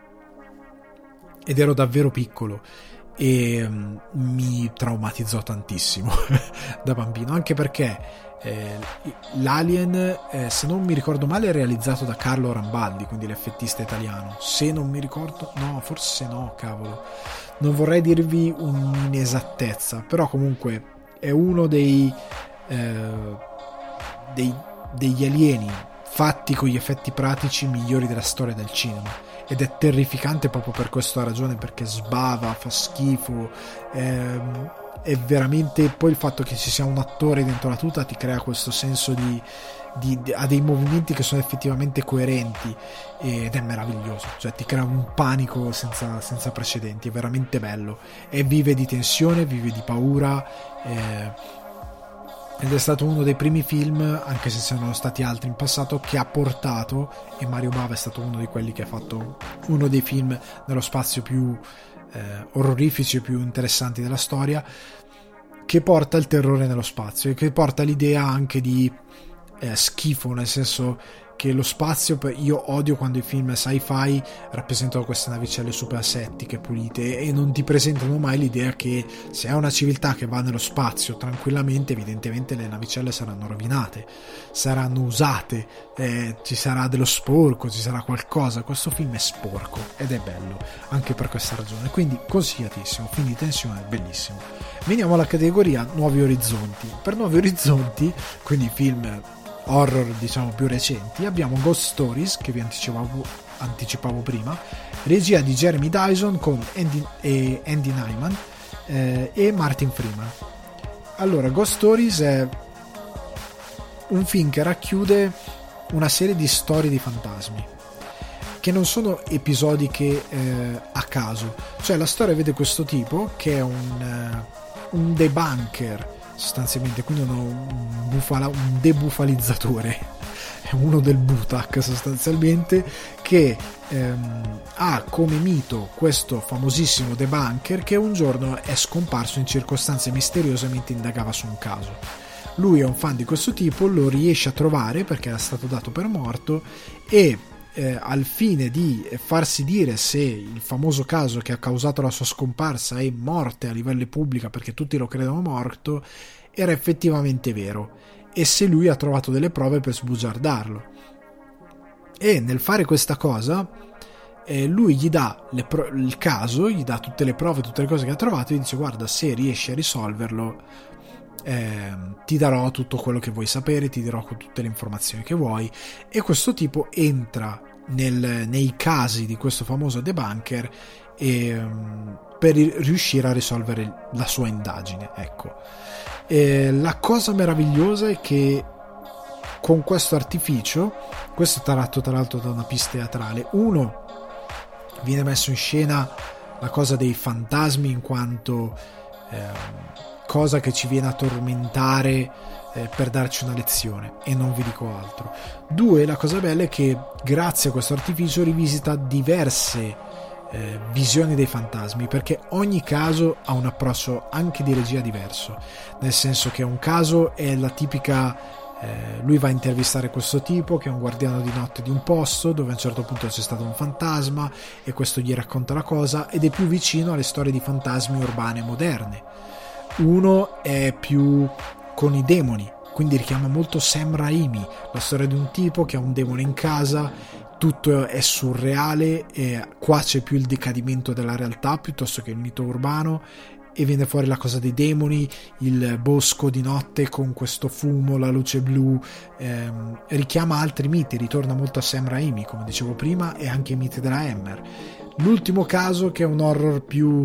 ed ero davvero piccolo e um, mi traumatizzò tantissimo da bambino, anche perché Eh, l'Alien, eh, se non mi ricordo male, è realizzato da Carlo Rambaldi, quindi l'effettista italiano, se non mi ricordo, no, forse no, cavolo, non vorrei dirvi un'inesattezza, però comunque è uno dei, eh, dei degli alieni fatti con gli effetti pratici migliori della storia del cinema, ed è terrificante proprio per questa ragione, perché sbava, fa schifo, ehm, è veramente, poi il fatto che ci sia un attore dentro la tuta ti crea questo senso di, di, di ha dei movimenti che sono effettivamente coerenti, ed è meraviglioso, cioè ti crea un panico senza, senza precedenti, è veramente bello, e vive di tensione, vive di paura, eh, ed è stato uno dei primi film, anche se ce ne sono stati altri in passato, che ha portato, e Mario Bava è stato uno di quelli che ha fatto uno dei film nello spazio più eh, orrorifici e più interessanti della storia, che porta il terrore nello spazio e che porta l'idea anche di eh, schifo, nel senso che lo spazio, io odio quando i film sci-fi rappresentano queste navicelle super asettiche, pulite, e non ti presentano mai l'idea che se è una civiltà che va nello spazio tranquillamente, evidentemente le navicelle saranno rovinate, saranno usate, eh, ci sarà dello sporco, ci sarà qualcosa. Questo film è sporco ed è bello anche per questa ragione, quindi consigliatissimo, film di tensione bellissimo. Veniamo alla categoria Nuovi Orizzonti. Per Nuovi Orizzonti, quindi film horror diciamo più recenti, abbiamo Ghost Stories, che vi anticipavo, anticipavo prima, regia di Jeremy Dyson con Andy, e Andy Nyman eh, e Martin Freeman. Allora, Ghost Stories è un film che racchiude una serie di storie di fantasmi che non sono episodiche eh, a caso, cioè la storia vede questo tipo che è un, uh, un debunker sostanzialmente, quindi un, bufala, un debufalizzatore, è uno del Butak sostanzialmente, che ehm, ha come mito questo famosissimo debunker che un giorno è scomparso in circostanze misteriose mentre indagava su un caso. Lui è un fan di questo tipo, lo riesce a trovare perché era stato dato per morto e eh, al fine di farsi dire se il famoso caso che ha causato la sua scomparsa e morte a livello pubblico, perché tutti lo credono morto, era effettivamente vero e se lui ha trovato delle prove per sbugiardarlo. E nel fare questa cosa eh, lui gli dà le pro- il caso, gli dà tutte le prove, tutte le cose che ha trovato e gli dice: guarda, se riesci a risolverlo eh, ti darò tutto quello che vuoi sapere, ti dirò tutte le informazioni che vuoi. E questo tipo entra nel, nei casi di questo famoso debunker e, um, per riuscire a risolvere la sua indagine, ecco. E la cosa meravigliosa è che con questo artificio, questo è tratto tra l'altro da una pista teatrale, uno, viene messo in scena la cosa dei fantasmi in quanto eh, cosa che ci viene a tormentare eh, per darci una lezione, e non vi dico altro. Due, la cosa bella è che grazie a questo artificio rivisita diverse eh, visioni dei fantasmi, perché ogni caso ha un approccio anche di regia diverso, nel senso che un caso è la tipica Eh, lui va a intervistare questo tipo che è un guardiano di notte di un posto dove a un certo punto c'è stato un fantasma e questo gli racconta la cosa, ed è più vicino alle storie di fantasmi urbane moderne. Uno è più con i demoni, quindi richiama molto Sam Raimi, la storia di un tipo che ha un demone in casa, tutto è surreale e qua c'è più il decadimento della realtà piuttosto che il mito urbano, e viene fuori la cosa dei demoni, il bosco di notte con questo fumo, la luce blu, ehm, richiama altri miti, ritorna molto a Sam Raimi come dicevo prima, e anche i miti della Hammer. L'ultimo caso, che è un horror più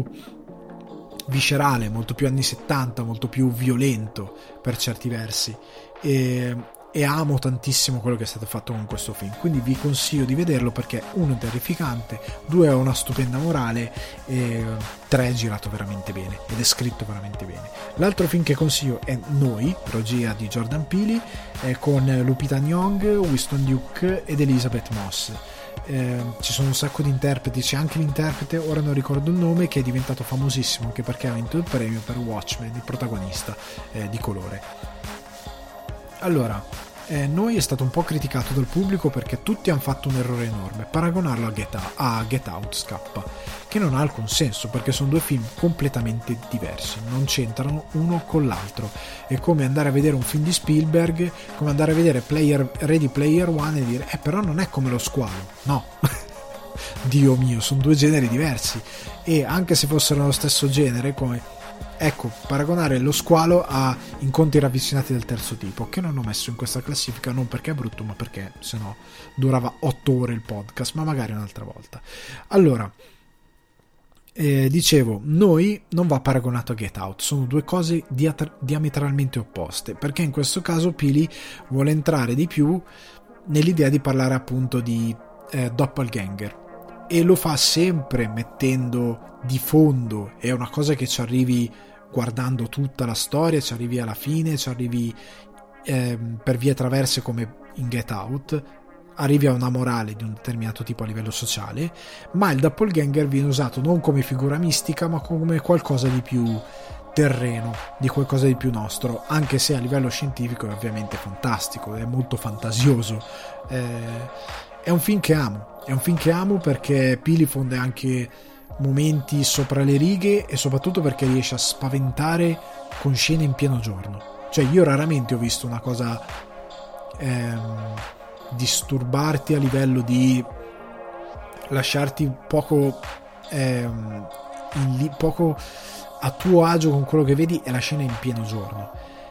viscerale, molto più anni settanta, molto più violento per certi versi, e, e amo tantissimo quello che è stato fatto con questo film, quindi vi consiglio di vederlo perché uno è terrificante, due ha una stupenda morale e tre è girato veramente bene ed è scritto veramente bene. L'altro film che consiglio è Noi, regia di Jordan Peele, è con Lupita Nyong'o, Winston Duke ed Elizabeth Moss. Eh, ci sono un sacco di interpreti, c'è anche l'interprete, ora non ricordo il nome, che è diventato famosissimo anche perché ha vinto il premio per Watchmen, il protagonista eh, di colore. Allora, eh, Noi è stato un po' criticato dal pubblico perché tutti hanno fatto un errore enorme, paragonarlo a Get, a, a Get Out Scappa, che non ha alcun senso perché sono due film completamente diversi, non c'entrano uno con l'altro. È come andare a vedere un film di Spielberg, come andare a vedere Player, Ready Player One e dire eh però non è come Lo Squalo, no. Dio mio, sono due generi diversi, e anche se fossero lo stesso genere, come ecco, paragonare Lo Squalo a Incontri ravvicinati del terzo tipo, che non ho messo in questa classifica non perché è brutto ma perché sennò durava otto ore il podcast, ma magari un'altra volta. Allora, eh, dicevo, Noi non va paragonato a Get Out, sono due cose diat- diametralmente opposte, perché in questo caso Peele vuole entrare di più nell'idea di parlare appunto di eh, doppelganger, e lo fa sempre mettendo di fondo, è una cosa che ci arrivi guardando tutta la storia, ci arrivi alla fine, ci arrivi eh, per vie traverse come in Get Out, arrivi a una morale di un determinato tipo a livello sociale, ma il doppelganger viene usato non come figura mistica ma come qualcosa di più terreno, di qualcosa di più nostro, anche se a livello scientifico è ovviamente fantastico, è molto fantasioso. Eh, è un film che amo, è un film che amo perché Pili fonde anche momenti sopra le righe e soprattutto perché riesce a spaventare con scene in pieno giorno. Cioè io raramente ho visto una cosa ehm, disturbarti a livello di lasciarti poco ehm, in, poco a tuo agio con quello che vedi, è la scena in pieno giorno.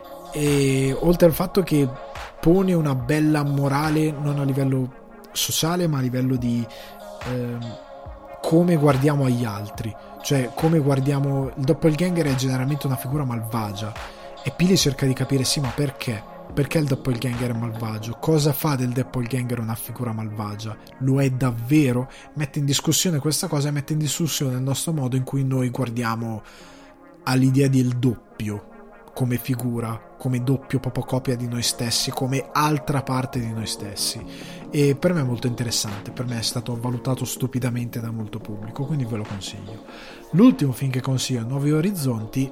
E oltre al fatto che pone una bella morale non a livello sociale ma a livello di ehm, come guardiamo agli altri, cioè come guardiamo il doppelganger è generalmente una figura malvagia e Pili cerca di capire sì ma perché perché il doppelganger è malvagio, cosa fa del doppelganger una figura malvagia, lo è davvero, mette in discussione questa cosa e mette in discussione il nostro modo in cui noi guardiamo all'idea del doppio come figura, come doppio proprio copia di noi stessi, come altra parte di noi stessi. E per me è molto interessante, per me è stato valutato stupidamente da molto pubblico, quindi ve lo consiglio. L'ultimo film che consiglio è Nuovi Orizzonti,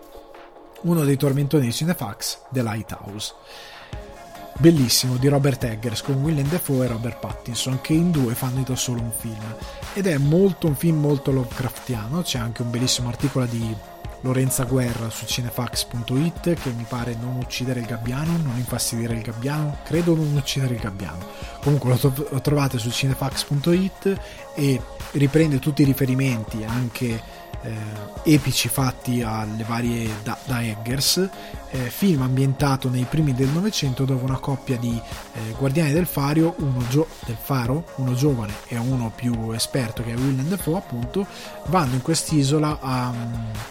uno dei tormentoni di Cinefax, The Lighthouse. Bellissimo, di Robert Eggers con Willem Dafoe e Robert Pattinson, che in due fanno da solo un film, ed è molto un film molto Lovecraftiano. C'è anche un bellissimo articolo di Lorenza Guerra su cinefax punto it che mi pare non uccidere il gabbiano, non infastidire il gabbiano, credo non uccidere il gabbiano, comunque lo, to- lo trovate su cinefax punto it e riprende tutti i riferimenti anche eh, epici fatti alle varie da, da Eggers, eh, film ambientato nei primi del Novecento dove una coppia di eh, guardiani del faro, uno, gio- del faro, uno giovane e uno più esperto che è Willem Dafoe appunto, vanno in quest'isola a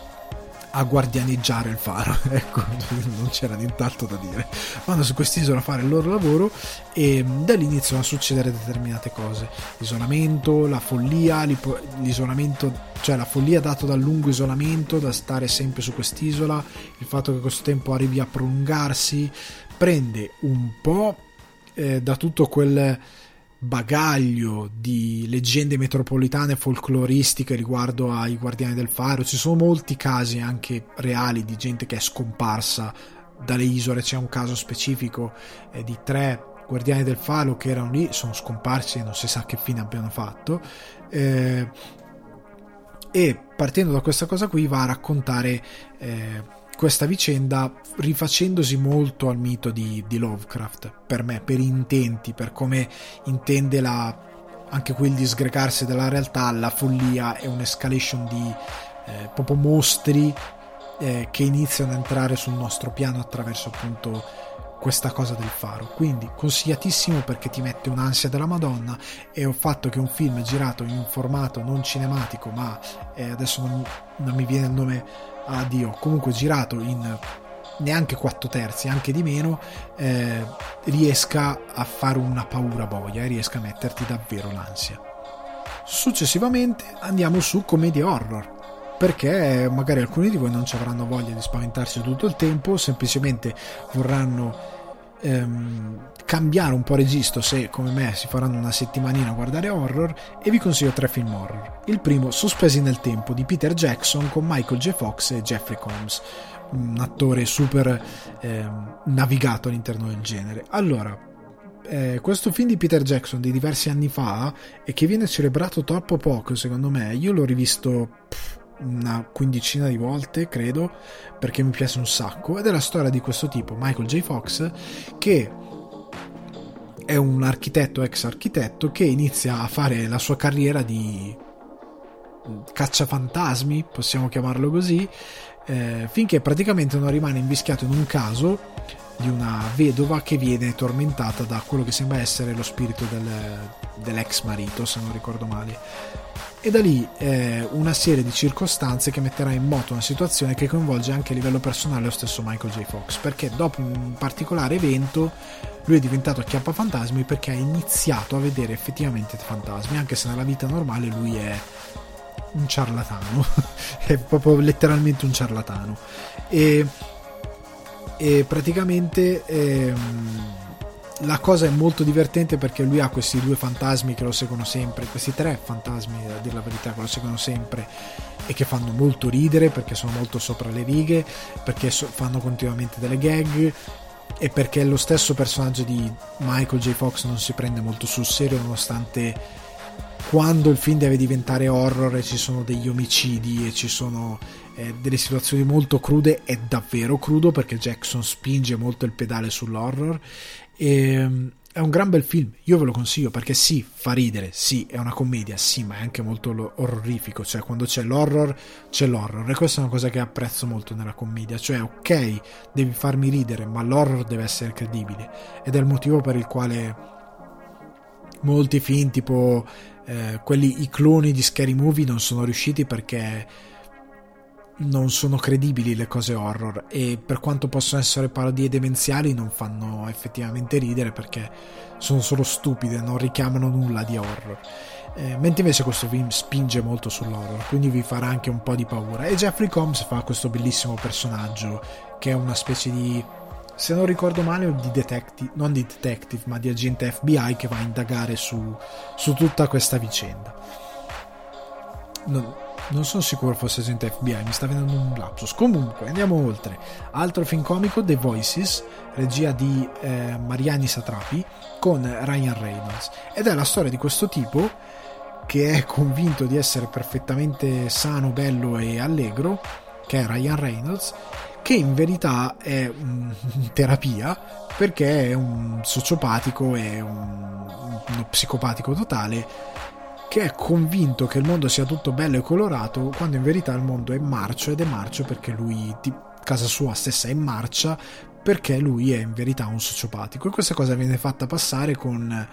a guardianeggiare il faro, ecco, non c'era nient'altro da dire, vanno su quest'isola a fare il loro lavoro e da lì iniziano a succedere determinate cose, l'isolamento, la follia, l'isolamento, cioè la follia dato dal lungo isolamento, da stare sempre su quest'isola, il fatto che questo tempo arrivi a prolungarsi, prende un po' eh, da tutto quel bagaglio di leggende metropolitane folcloristiche riguardo ai Guardiani del Faro. Ci sono molti casi anche reali di gente che è scomparsa dalle isole, c'è un caso specifico eh, di tre Guardiani del Faro che erano lì, sono scomparsi e non si sa che fine abbiano fatto, eh, e partendo da questa cosa qui va a raccontare eh, questa vicenda rifacendosi molto al mito di, di Lovecraft, per me, per intenti, per come intende la, anche qui il disgregarsi della realtà, la follia è un'escalation di eh, proprio mostri eh, che iniziano a entrare sul nostro piano attraverso appunto questa cosa del faro. Quindi consigliatissimo perché ti mette un'ansia della Madonna, e il fatto che un film girato in formato non cinematico ma eh, adesso non, non mi viene il nome a Dio, comunque girato in neanche quattro terzi, anche di meno, eh, riesca a fare una paura boia e riesca a metterti davvero l'ansia. Successivamente andiamo su commedie horror, perché magari alcuni di voi non ci avranno voglia di spaventarsi tutto il tempo, semplicemente vorranno ehm, cambiare un po' registro se come me si faranno una settimanina a guardare horror, e vi consiglio tre film horror. Il primo, Sospesi nel tempo, di Peter Jackson con Michael J. Fox e Jeffrey Combs, un attore super ehm, navigato all'interno del genere. Allora, eh, questo film di Peter Jackson di diversi anni fa e che viene celebrato troppo poco secondo me, io l'ho rivisto pff, una quindicina di volte credo, perché mi piace un sacco, ed è la storia di questo tipo, Michael J. Fox, che è un architetto, ex architetto, che inizia a fare la sua carriera di cacciafantasmi, possiamo chiamarlo così, eh, finché praticamente non rimane invischiato in un caso di una vedova che viene tormentata da quello che sembra essere lo spirito del, dell'ex marito, se non ricordo male. E da lì eh, una serie di circostanze che metterà in moto una situazione che coinvolge anche a livello personale lo stesso Michael J. Fox, perché dopo un particolare evento lui è diventato acchiappafantasmi perché ha iniziato a vedere effettivamente fantasmi, anche se nella vita normale lui è un ciarlatano è proprio letteralmente un ciarlatano e, e praticamente ehm, la cosa è molto divertente perché lui ha questi due fantasmi che lo seguono sempre, questi tre fantasmi a dir la verità che lo seguono sempre e che fanno molto ridere perché sono molto sopra le righe, perché so- fanno continuamente delle gag e perché lo stesso personaggio di Michael J. Fox non si prende molto sul serio, nonostante quando il film deve diventare horror e ci sono degli omicidi e ci sono eh, delle situazioni molto crude, è davvero crudo perché Jackson spinge molto il pedale sull'horror. E, è un gran bel film, io ve lo consiglio perché sì, fa ridere, sì, è una commedia, sì, ma è anche molto orrorifico, cioè quando c'è l'horror c'è l'horror e questa è una cosa che apprezzo molto nella commedia, cioè ok, devi farmi ridere ma l'horror deve essere credibile ed è il motivo per il quale molti film tipo eh, quelli, i cloni di Scary Movie non sono riusciti perché non sono credibili le cose horror e per quanto possono essere parodie demenziali non fanno effettivamente ridere perché sono solo stupide, non richiamano nulla di horror, eh, mentre invece questo film spinge molto sull'horror, quindi vi farà anche un po' di paura. E Jeffrey Combs fa questo bellissimo personaggio che è una specie di, se non ricordo male, di detective, non di detective ma di agente F B I che va a indagare su, su tutta questa vicenda. non Non sono sicuro fosse agente F B I, mi sta venendo un lapsus. Comunque, andiamo oltre. Altro film comico, The Voices, regia di eh, Mariani Satrapi, con Ryan Reynolds. Ed è la storia di questo tipo che è convinto di essere perfettamente sano, bello e allegro, che è Ryan Reynolds, che in verità è in terapia perché è un sociopatico e un, uno psicopatico totale, che è convinto che il mondo sia tutto bello e colorato quando in verità il mondo è marcio, ed è marcio perché lui, casa sua stessa è in marcia, perché lui è in verità un sociopatico. E questa cosa viene fatta passare con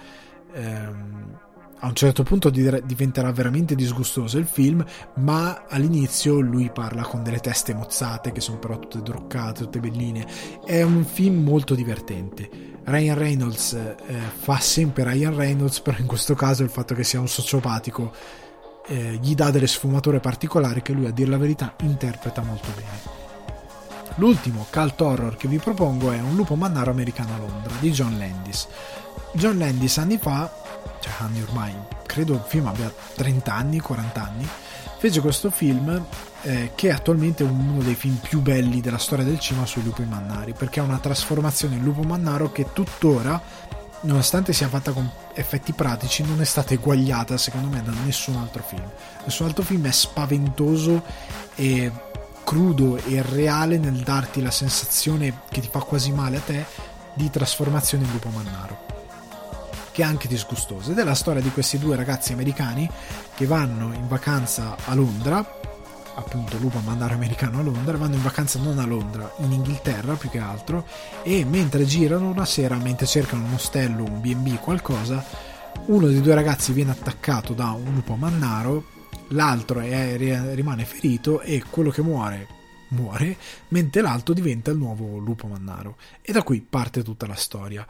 ehm, a un certo punto diventerà veramente disgustoso il film, ma all'inizio lui parla con delle teste mozzate che sono però tutte truccate, tutte belline. È un film molto divertente. Ryan Reynolds eh, fa sempre Ryan Reynolds, però in questo caso il fatto che sia un sociopatico eh, gli dà delle sfumature particolari che lui, a dir la verità, interpreta molto bene. L'ultimo cult horror che vi propongo è Un lupo mannaro americano a Londra di John Landis. John Landis anni fa, cioè anni ormai, credo il film abbia trenta anni, quaranta anni, fece questo film eh, che è attualmente uno dei film più belli della storia del cinema sui lupi mannari, perché è una trasformazione in lupo mannaro che tuttora, nonostante sia fatta con effetti pratici, non è stata eguagliata secondo me da nessun altro film. Nessun altro film è spaventoso e crudo e reale nel darti la sensazione che ti fa quasi male a te di trasformazione in lupo mannaro, che è anche disgustoso. Ed è la storia di questi due ragazzi americani che vanno in vacanza a Londra, appunto lupo mannaro americano a Londra, vanno in vacanza non a Londra, in Inghilterra più che altro, e mentre girano una sera, mentre cercano un ostello, un B and B, qualcosa, uno dei due ragazzi viene attaccato da un lupo mannaro, l'altro è, rimane ferito e quello che muore muore, mentre l'altro diventa il nuovo lupo mannaro. E da qui parte tutta la storia.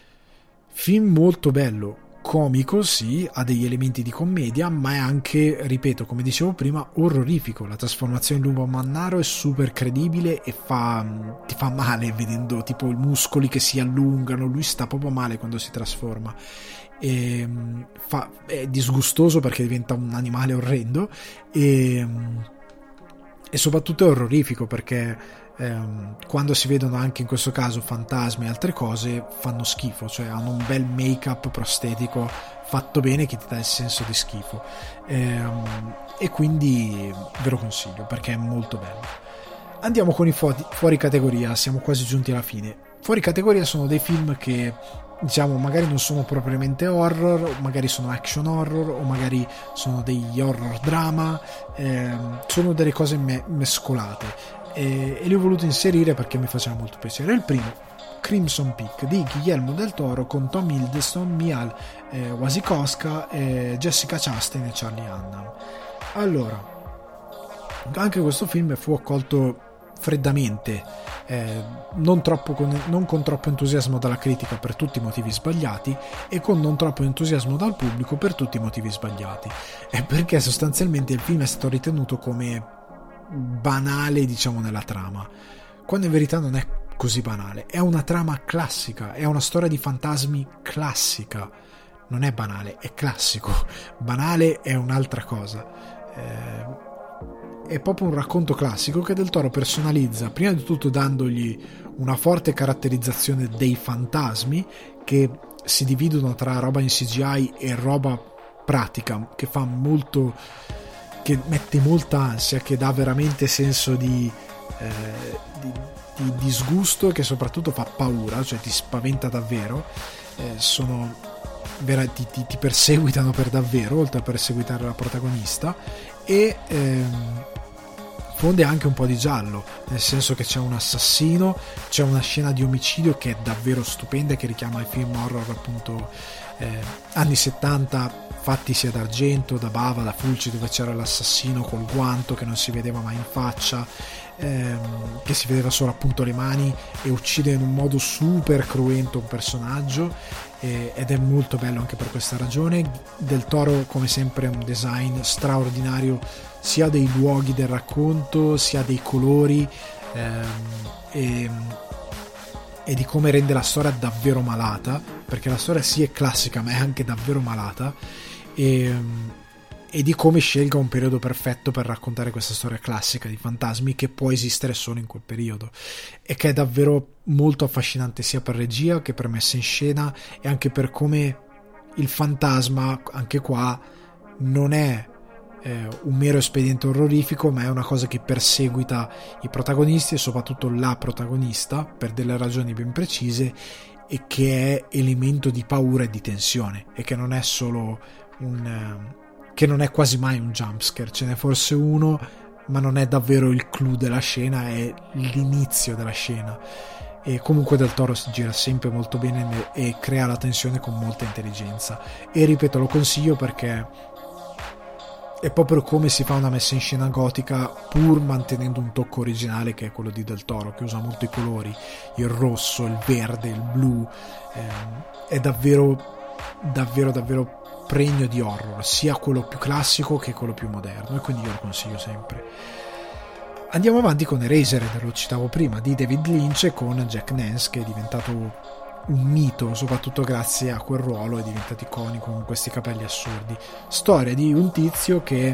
Film molto bello, comico sì, ha degli elementi di commedia, ma è anche, ripeto, come dicevo prima, orrorifico. La trasformazione in lupo mannaro è super credibile e fa, ti fa male vedendo tipo i muscoli che si allungano, lui sta proprio male quando si trasforma. E fa, è disgustoso perché diventa un animale orrendo e, e soprattutto è orrorifico perché ehm, quando si vedono anche in questo caso fantasmi e altre cose fanno schifo, cioè hanno un bel make up prostetico fatto bene che ti dà il senso di schifo, ehm, e quindi ve lo consiglio perché è molto bello. Andiamo con i fuori, fuori categoria, siamo quasi giunti alla fine. Fuori categoria sono dei film che, diciamo, magari non sono propriamente horror, magari sono action horror o magari sono degli horror drama, ehm, sono delle cose me- mescolate e, e li ho voluto inserire perché mi faceva molto piacere. Il primo, Crimson Peak di Guillermo del Toro, con Tom Hiddleston, Mia eh, Wasikowska, eh, Jessica Chastain e Charlie Hunnam. Allora, anche questo film fu accolto freddamente eh, non, troppo con, non con troppo entusiasmo dalla critica per tutti i motivi sbagliati e con non troppo entusiasmo dal pubblico per tutti i motivi sbagliati, è perché sostanzialmente il film è stato ritenuto come banale, diciamo, nella trama, quando in verità non è così banale. È una trama classica, è una storia di fantasmi classica, non è banale, è classico. Banale è un'altra cosa. Eh, è proprio un racconto classico che Del Toro personalizza, prima di tutto dandogli una forte caratterizzazione dei fantasmi che si dividono tra roba in C G I e roba pratica, che fa molto, che mette molta ansia, che dà veramente senso di, eh, di, di disgusto, e che soprattutto fa paura, cioè ti spaventa davvero. Eh, sono vera, ti, ti, ti perseguitano per davvero, oltre a perseguitare la protagonista, e ehm, fonde anche un po' di giallo, nel senso che c'è un assassino, c'è una scena di omicidio che è davvero stupenda, che richiama i film horror appunto eh, anni settanta, fatti sia d'argento, da Bava, da Fulci, dove c'era l'assassino col guanto che non si vedeva mai in faccia, ehm, che si vedeva solo appunto le mani, e uccide in un modo super cruento un personaggio, eh, ed è molto bello anche per questa ragione. Del Toro, come sempre, un design straordinario sia dei luoghi del racconto, sia dei colori, ehm, e, e di come rende la storia davvero malata, perché la storia sì è classica ma è anche davvero malata, e, e di come scelga un periodo perfetto per raccontare questa storia classica di fantasmi che può esistere solo in quel periodo, e che è davvero molto affascinante sia per regia che per messa in scena, e anche per come il fantasma anche qua non è Eh, un mero espediente orrorifico, ma è una cosa che perseguita i protagonisti, e soprattutto la protagonista, per delle ragioni ben precise, e che è elemento di paura e di tensione, e che non è solo un eh, che non è quasi mai un jumpscare. Ce n'è forse uno, ma non è davvero il clou della scena, è l'inizio della scena. E comunque Del Toro si gira sempre molto bene e crea la tensione con molta intelligenza, e ripeto, lo consiglio perché è proprio come si fa una messa in scena gotica, pur mantenendo un tocco originale che è quello di Del Toro, che usa molto i colori, il rosso, il verde, il blu, ehm, è davvero davvero davvero pregno di horror, sia quello più classico che quello più moderno, e quindi io lo consiglio sempre. Andiamo avanti con Eraserhead, lo citavo prima, di David Lynch, con Jack Nance, che è diventato un mito, soprattutto grazie a quel ruolo, è diventato iconico con questi capelli assurdi. Storia di un tizio che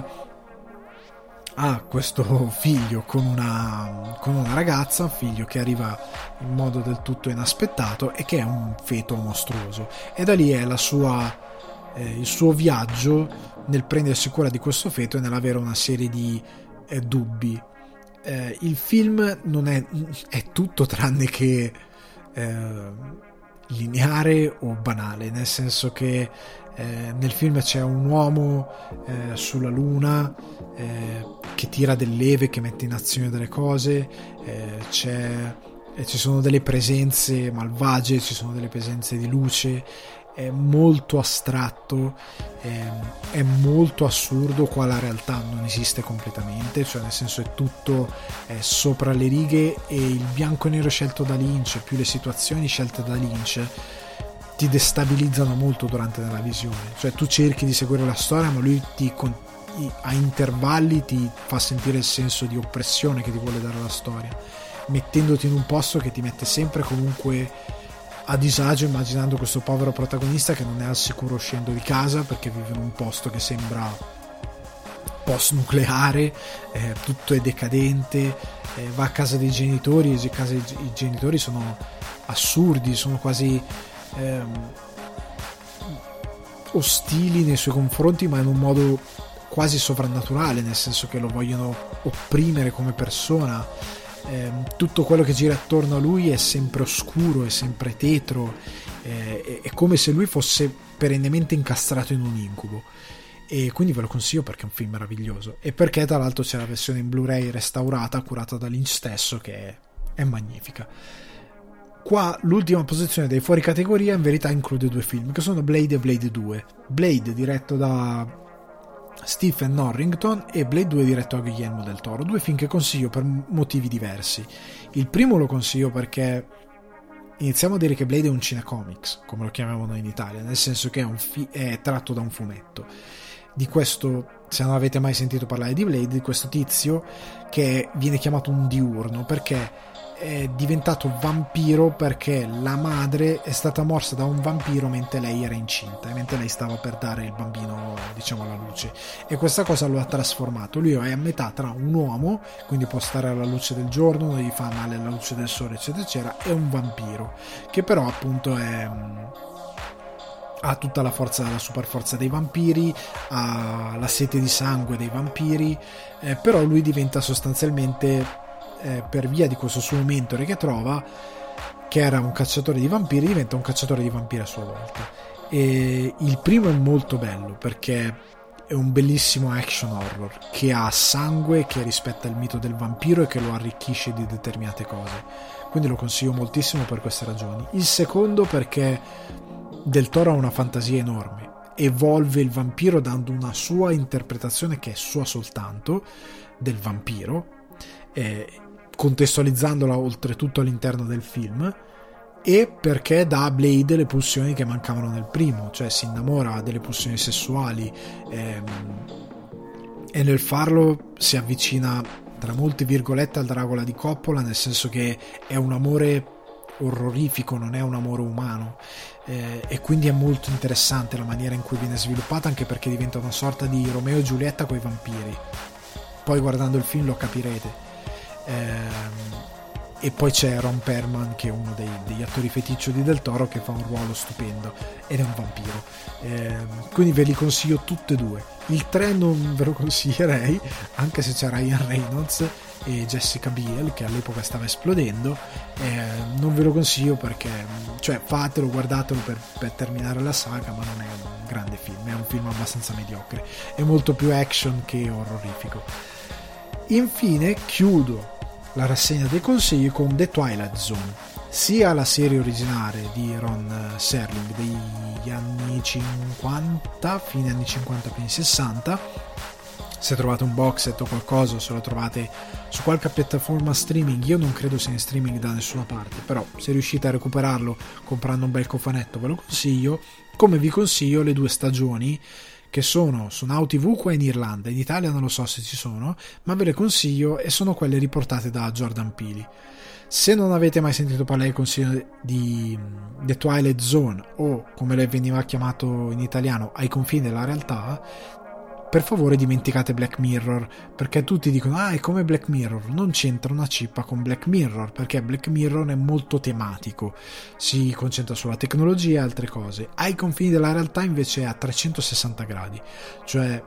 ha questo figlio con una, con una ragazza, un figlio che arriva in modo del tutto inaspettato e che è un feto mostruoso, e da lì è la sua, eh, il suo viaggio nel prendersi cura di questo feto e nell'avere una serie di eh, dubbi. Eh, il film non è, è tutto tranne che eh, lineare o banale, nel senso che eh, nel film c'è un uomo eh, sulla luna eh, che tira delle leve, che mette in azione delle cose, eh, c'è, eh, ci sono delle presenze malvagie, ci sono delle presenze di luce, è molto astratto, è, è molto assurdo. Qua la realtà non esiste completamente, cioè nel senso è tutto è sopra le righe, e il bianco e nero scelto da Lynch più le situazioni scelte da Lynch ti destabilizzano molto durante la visione, cioè tu cerchi di seguire la storia, ma lui ti a intervalli ti fa sentire il senso di oppressione che ti vuole dare la storia, mettendoti in un posto che ti mette sempre comunque a disagio, immaginando questo povero protagonista che non è al sicuro uscendo di casa, perché vive in un posto che sembra post nucleare, eh, tutto è decadente, eh, va a casa dei genitori, e a casa dei i genitori sono assurdi, sono quasi ehm, ostili nei suoi confronti, ma in un modo quasi sovrannaturale, nel senso che lo vogliono opprimere come persona. Eh, tutto quello che gira attorno a lui è sempre oscuro, è sempre tetro, eh, è come se lui fosse perennemente incastrato in un incubo, e quindi ve lo consiglio perché è un film meraviglioso, e perché tra l'altro c'è la versione in Blu-ray restaurata curata da Lynch stesso, che è, è magnifica. Qua l'ultima posizione dei fuori categoria in verità include due film, che sono Blade e Blade due. Blade diretto da Stephen Norrington e Blade due diretto da Guillermo del Toro, due film che consiglio per motivi diversi. Il primo lo consiglio perché iniziamo a dire che Blade è un cinecomics, come lo chiamavano in Italia, nel senso che è, un fi- è tratto da un fumetto. Di questo, se non avete mai sentito parlare di Blade, di questo tizio che viene chiamato un diurno perché è diventato vampiro perché la madre è stata morsa da un vampiro mentre lei era incinta e mentre lei stava per dare il bambino, diciamo, alla luce, e questa cosa lo ha trasformato. Lui è a metà tra un uomo, quindi può stare alla luce del giorno, non gli fa male alla luce del sole, eccetera eccetera, e un vampiro che però appunto è ha tutta la forza, la super forza dei vampiri, ha la sete di sangue dei vampiri, eh, però lui diventa sostanzialmente, eh, per via di questo suo mentore che trova, che era un cacciatore di vampiri, diventa un cacciatore di vampiri a sua volta. E il primo è molto bello perché è un bellissimo action horror che ha sangue, che rispetta il mito del vampiro e che lo arricchisce di determinate cose, quindi lo consiglio moltissimo per queste ragioni. Il secondo perché Del Toro ha una fantasia enorme, evolve il vampiro dando una sua interpretazione che è sua soltanto del vampiro, eh, contestualizzandola oltretutto all'interno del film, e perché dà a Blade le pulsioni che mancavano nel primo, cioè si innamora delle pulsioni sessuali, ehm, e nel farlo si avvicina tra molte virgolette al Dracula di Coppola, nel senso che è un amore orrorifico, non è un amore umano, eh, e quindi è molto interessante la maniera in cui viene sviluppata, anche perché diventa una sorta di Romeo e Giulietta coi vampiri. Poi guardando il film lo capirete. Eh, e poi c'è Ron Perlman, che è uno dei, degli attori feticcio di Del Toro, che fa un ruolo stupendo ed è un vampiro, eh, quindi ve li consiglio tutte e due. Il tre non ve lo consiglierei, anche se c'è Ryan Reynolds e Jessica Biel che all'epoca stava esplodendo, eh, non ve lo consiglio perché, cioè, fatelo, guardatelo per, per terminare la saga, ma non è un grande film, è un film abbastanza mediocre, è molto più action che orrorifico. Infine chiudo la rassegna dei consigli con The Twilight Zone, sia la serie originale di Ron Serling degli anni cinquanta, fine anni cinquanta, primi sessanta. Se trovate un box set o qualcosa, se lo trovate su qualche piattaforma streaming, io non credo sia in streaming da nessuna parte, però se riuscite a recuperarlo comprando un bel cofanetto ve lo consiglio, come vi consiglio le due stagioni che sono su Now T V qua in Irlanda, in Italia non lo so se ci sono, ma ve le consiglio, e sono quelle riportate da Jordan Peele. Se non avete mai sentito parlare del consiglio di The Twilight Zone, o come lei veniva chiamato in italiano, Ai confini della realtà, per favore dimenticate Black Mirror, perché tutti dicono ah, è come Black Mirror. Non c'entra una cippa con Black Mirror, perché Black Mirror è molto tematico, si concentra sulla tecnologia e altre cose. Ai confini della realtà invece è a trecentosessanta gradi, cioè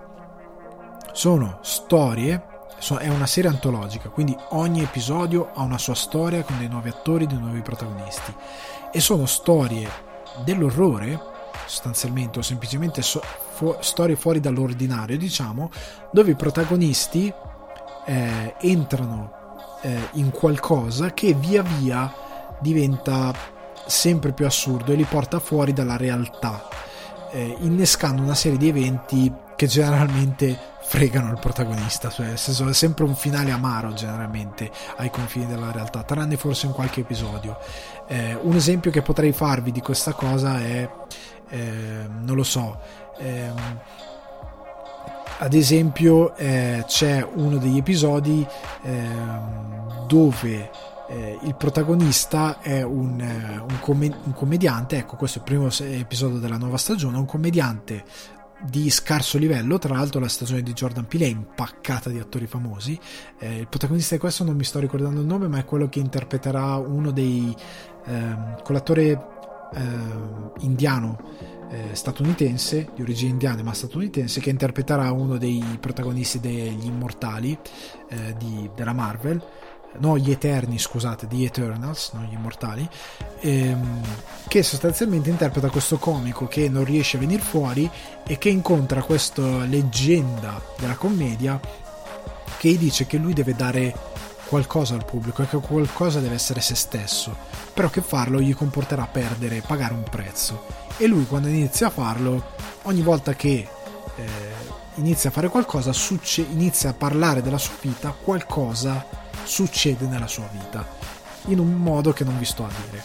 sono storie, è una serie antologica, quindi ogni episodio ha una sua storia con dei nuovi attori, dei nuovi protagonisti, e sono storie dell'orrore sostanzialmente, o semplicemente so, fu- storie fuori dall'ordinario, diciamo, dove i protagonisti eh, entrano eh, in qualcosa che via via diventa sempre più assurdo e li porta fuori dalla realtà, eh, innescando una serie di eventi che generalmente fregano il protagonista, cioè nel senso, è sempre un finale amaro generalmente ai confini della realtà, tranne forse in qualche episodio. Eh, un esempio che potrei farvi di questa cosa è eh, non lo so, eh, ad esempio eh, c'è uno degli episodi eh, dove eh, il protagonista è un, eh, un, com- un commediante, ecco, questo è il primo episodio della nuova stagione, un commediante di scarso livello, tra l'altro la stagione di Jordan Peele è impaccata di attori famosi, eh, il protagonista di questo non mi sto ricordando il nome, ma è quello che interpreterà uno dei ehm, con l'attore eh, indiano eh, statunitense, di origini indiane ma statunitense, che interpreterà uno dei protagonisti degli Immortali eh, di, della Marvel, no, gli Eterni, scusate, di Eternals, non gli Immortali, ehm, che sostanzialmente interpreta questo comico che non riesce a venire fuori e che incontra questa leggenda della commedia che gli dice che lui deve dare qualcosa al pubblico e che qualcosa deve essere se stesso, però che farlo gli comporterà perdere, pagare un prezzo, e lui, quando inizia a farlo, ogni volta che eh, inizia a fare qualcosa, succe- inizia a parlare della sua vita, qualcosa succede nella sua vita, in un modo che non vi sto a dire,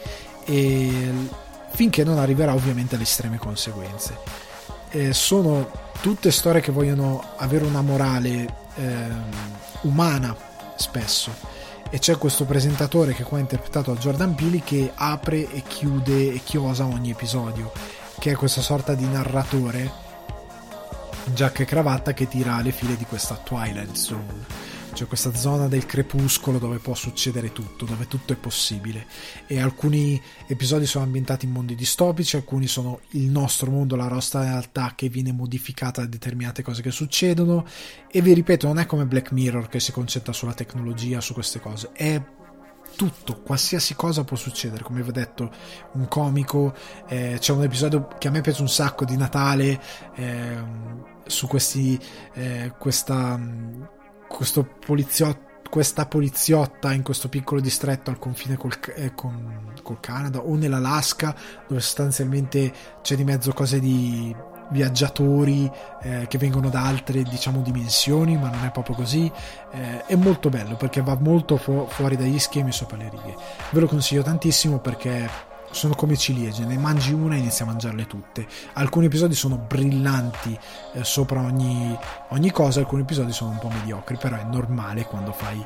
e finché non arriverà ovviamente alle estreme conseguenze. Eh, sono tutte storie che vogliono avere una morale eh, umana spesso, e c'è questo presentatore che qua è interpretato da Jordan Peele che apre e chiude e chiosa ogni episodio, che è questa sorta di narratore giacca e cravatta che tira le file di questa Twilight Zone, cioè questa zona del crepuscolo dove può succedere tutto, dove tutto è possibile, e alcuni episodi sono ambientati in mondi distopici, alcuni sono il nostro mondo, la nostra realtà che viene modificata da determinate cose che succedono, e vi ripeto, non è come Black Mirror che si concentra sulla tecnologia, su queste cose, è tutto, qualsiasi cosa può succedere, come vi ho detto, un comico, eh, c'è un episodio che a me piace un sacco di Natale, eh, su questi eh, questa questo poliziotto, questa poliziotta in questo piccolo distretto al confine col, eh, con, col Canada o nell'Alaska, dove sostanzialmente c'è di mezzo cose di viaggiatori eh, che vengono da altre, diciamo, dimensioni, ma non è proprio così. Eh, è molto bello perché va molto fu- fuori dagli schemi, sopra le righe. Ve lo consiglio tantissimo perché sono come ciliegie, ne mangi una e inizi a mangiarle tutte. Alcuni episodi sono brillanti eh, sopra ogni, ogni cosa, alcuni episodi sono un po' mediocri, però è normale quando fai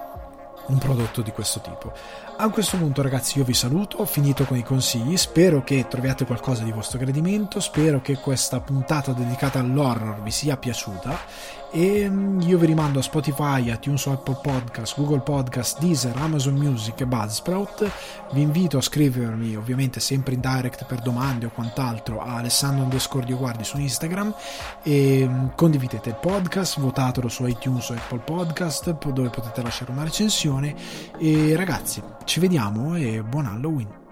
un prodotto di questo tipo. A questo punto, ragazzi, io vi saluto, ho finito con i consigli, spero che troviate qualcosa di vostro gradimento, spero che questa puntata dedicata all'horror vi sia piaciuta, e io vi rimando a Spotify, iTunes, Apple Podcast, Google Podcast, Deezer, Amazon Music e Buzzsprout. Vi invito a scrivermi, ovviamente sempre in direct per domande o quant'altro, a Alessandro underscore Dioguardi su Instagram, e condividete il podcast, votatelo su iTunes o Apple Podcast dove potete lasciare una recensione, e ragazzi ci vediamo e buon Halloween.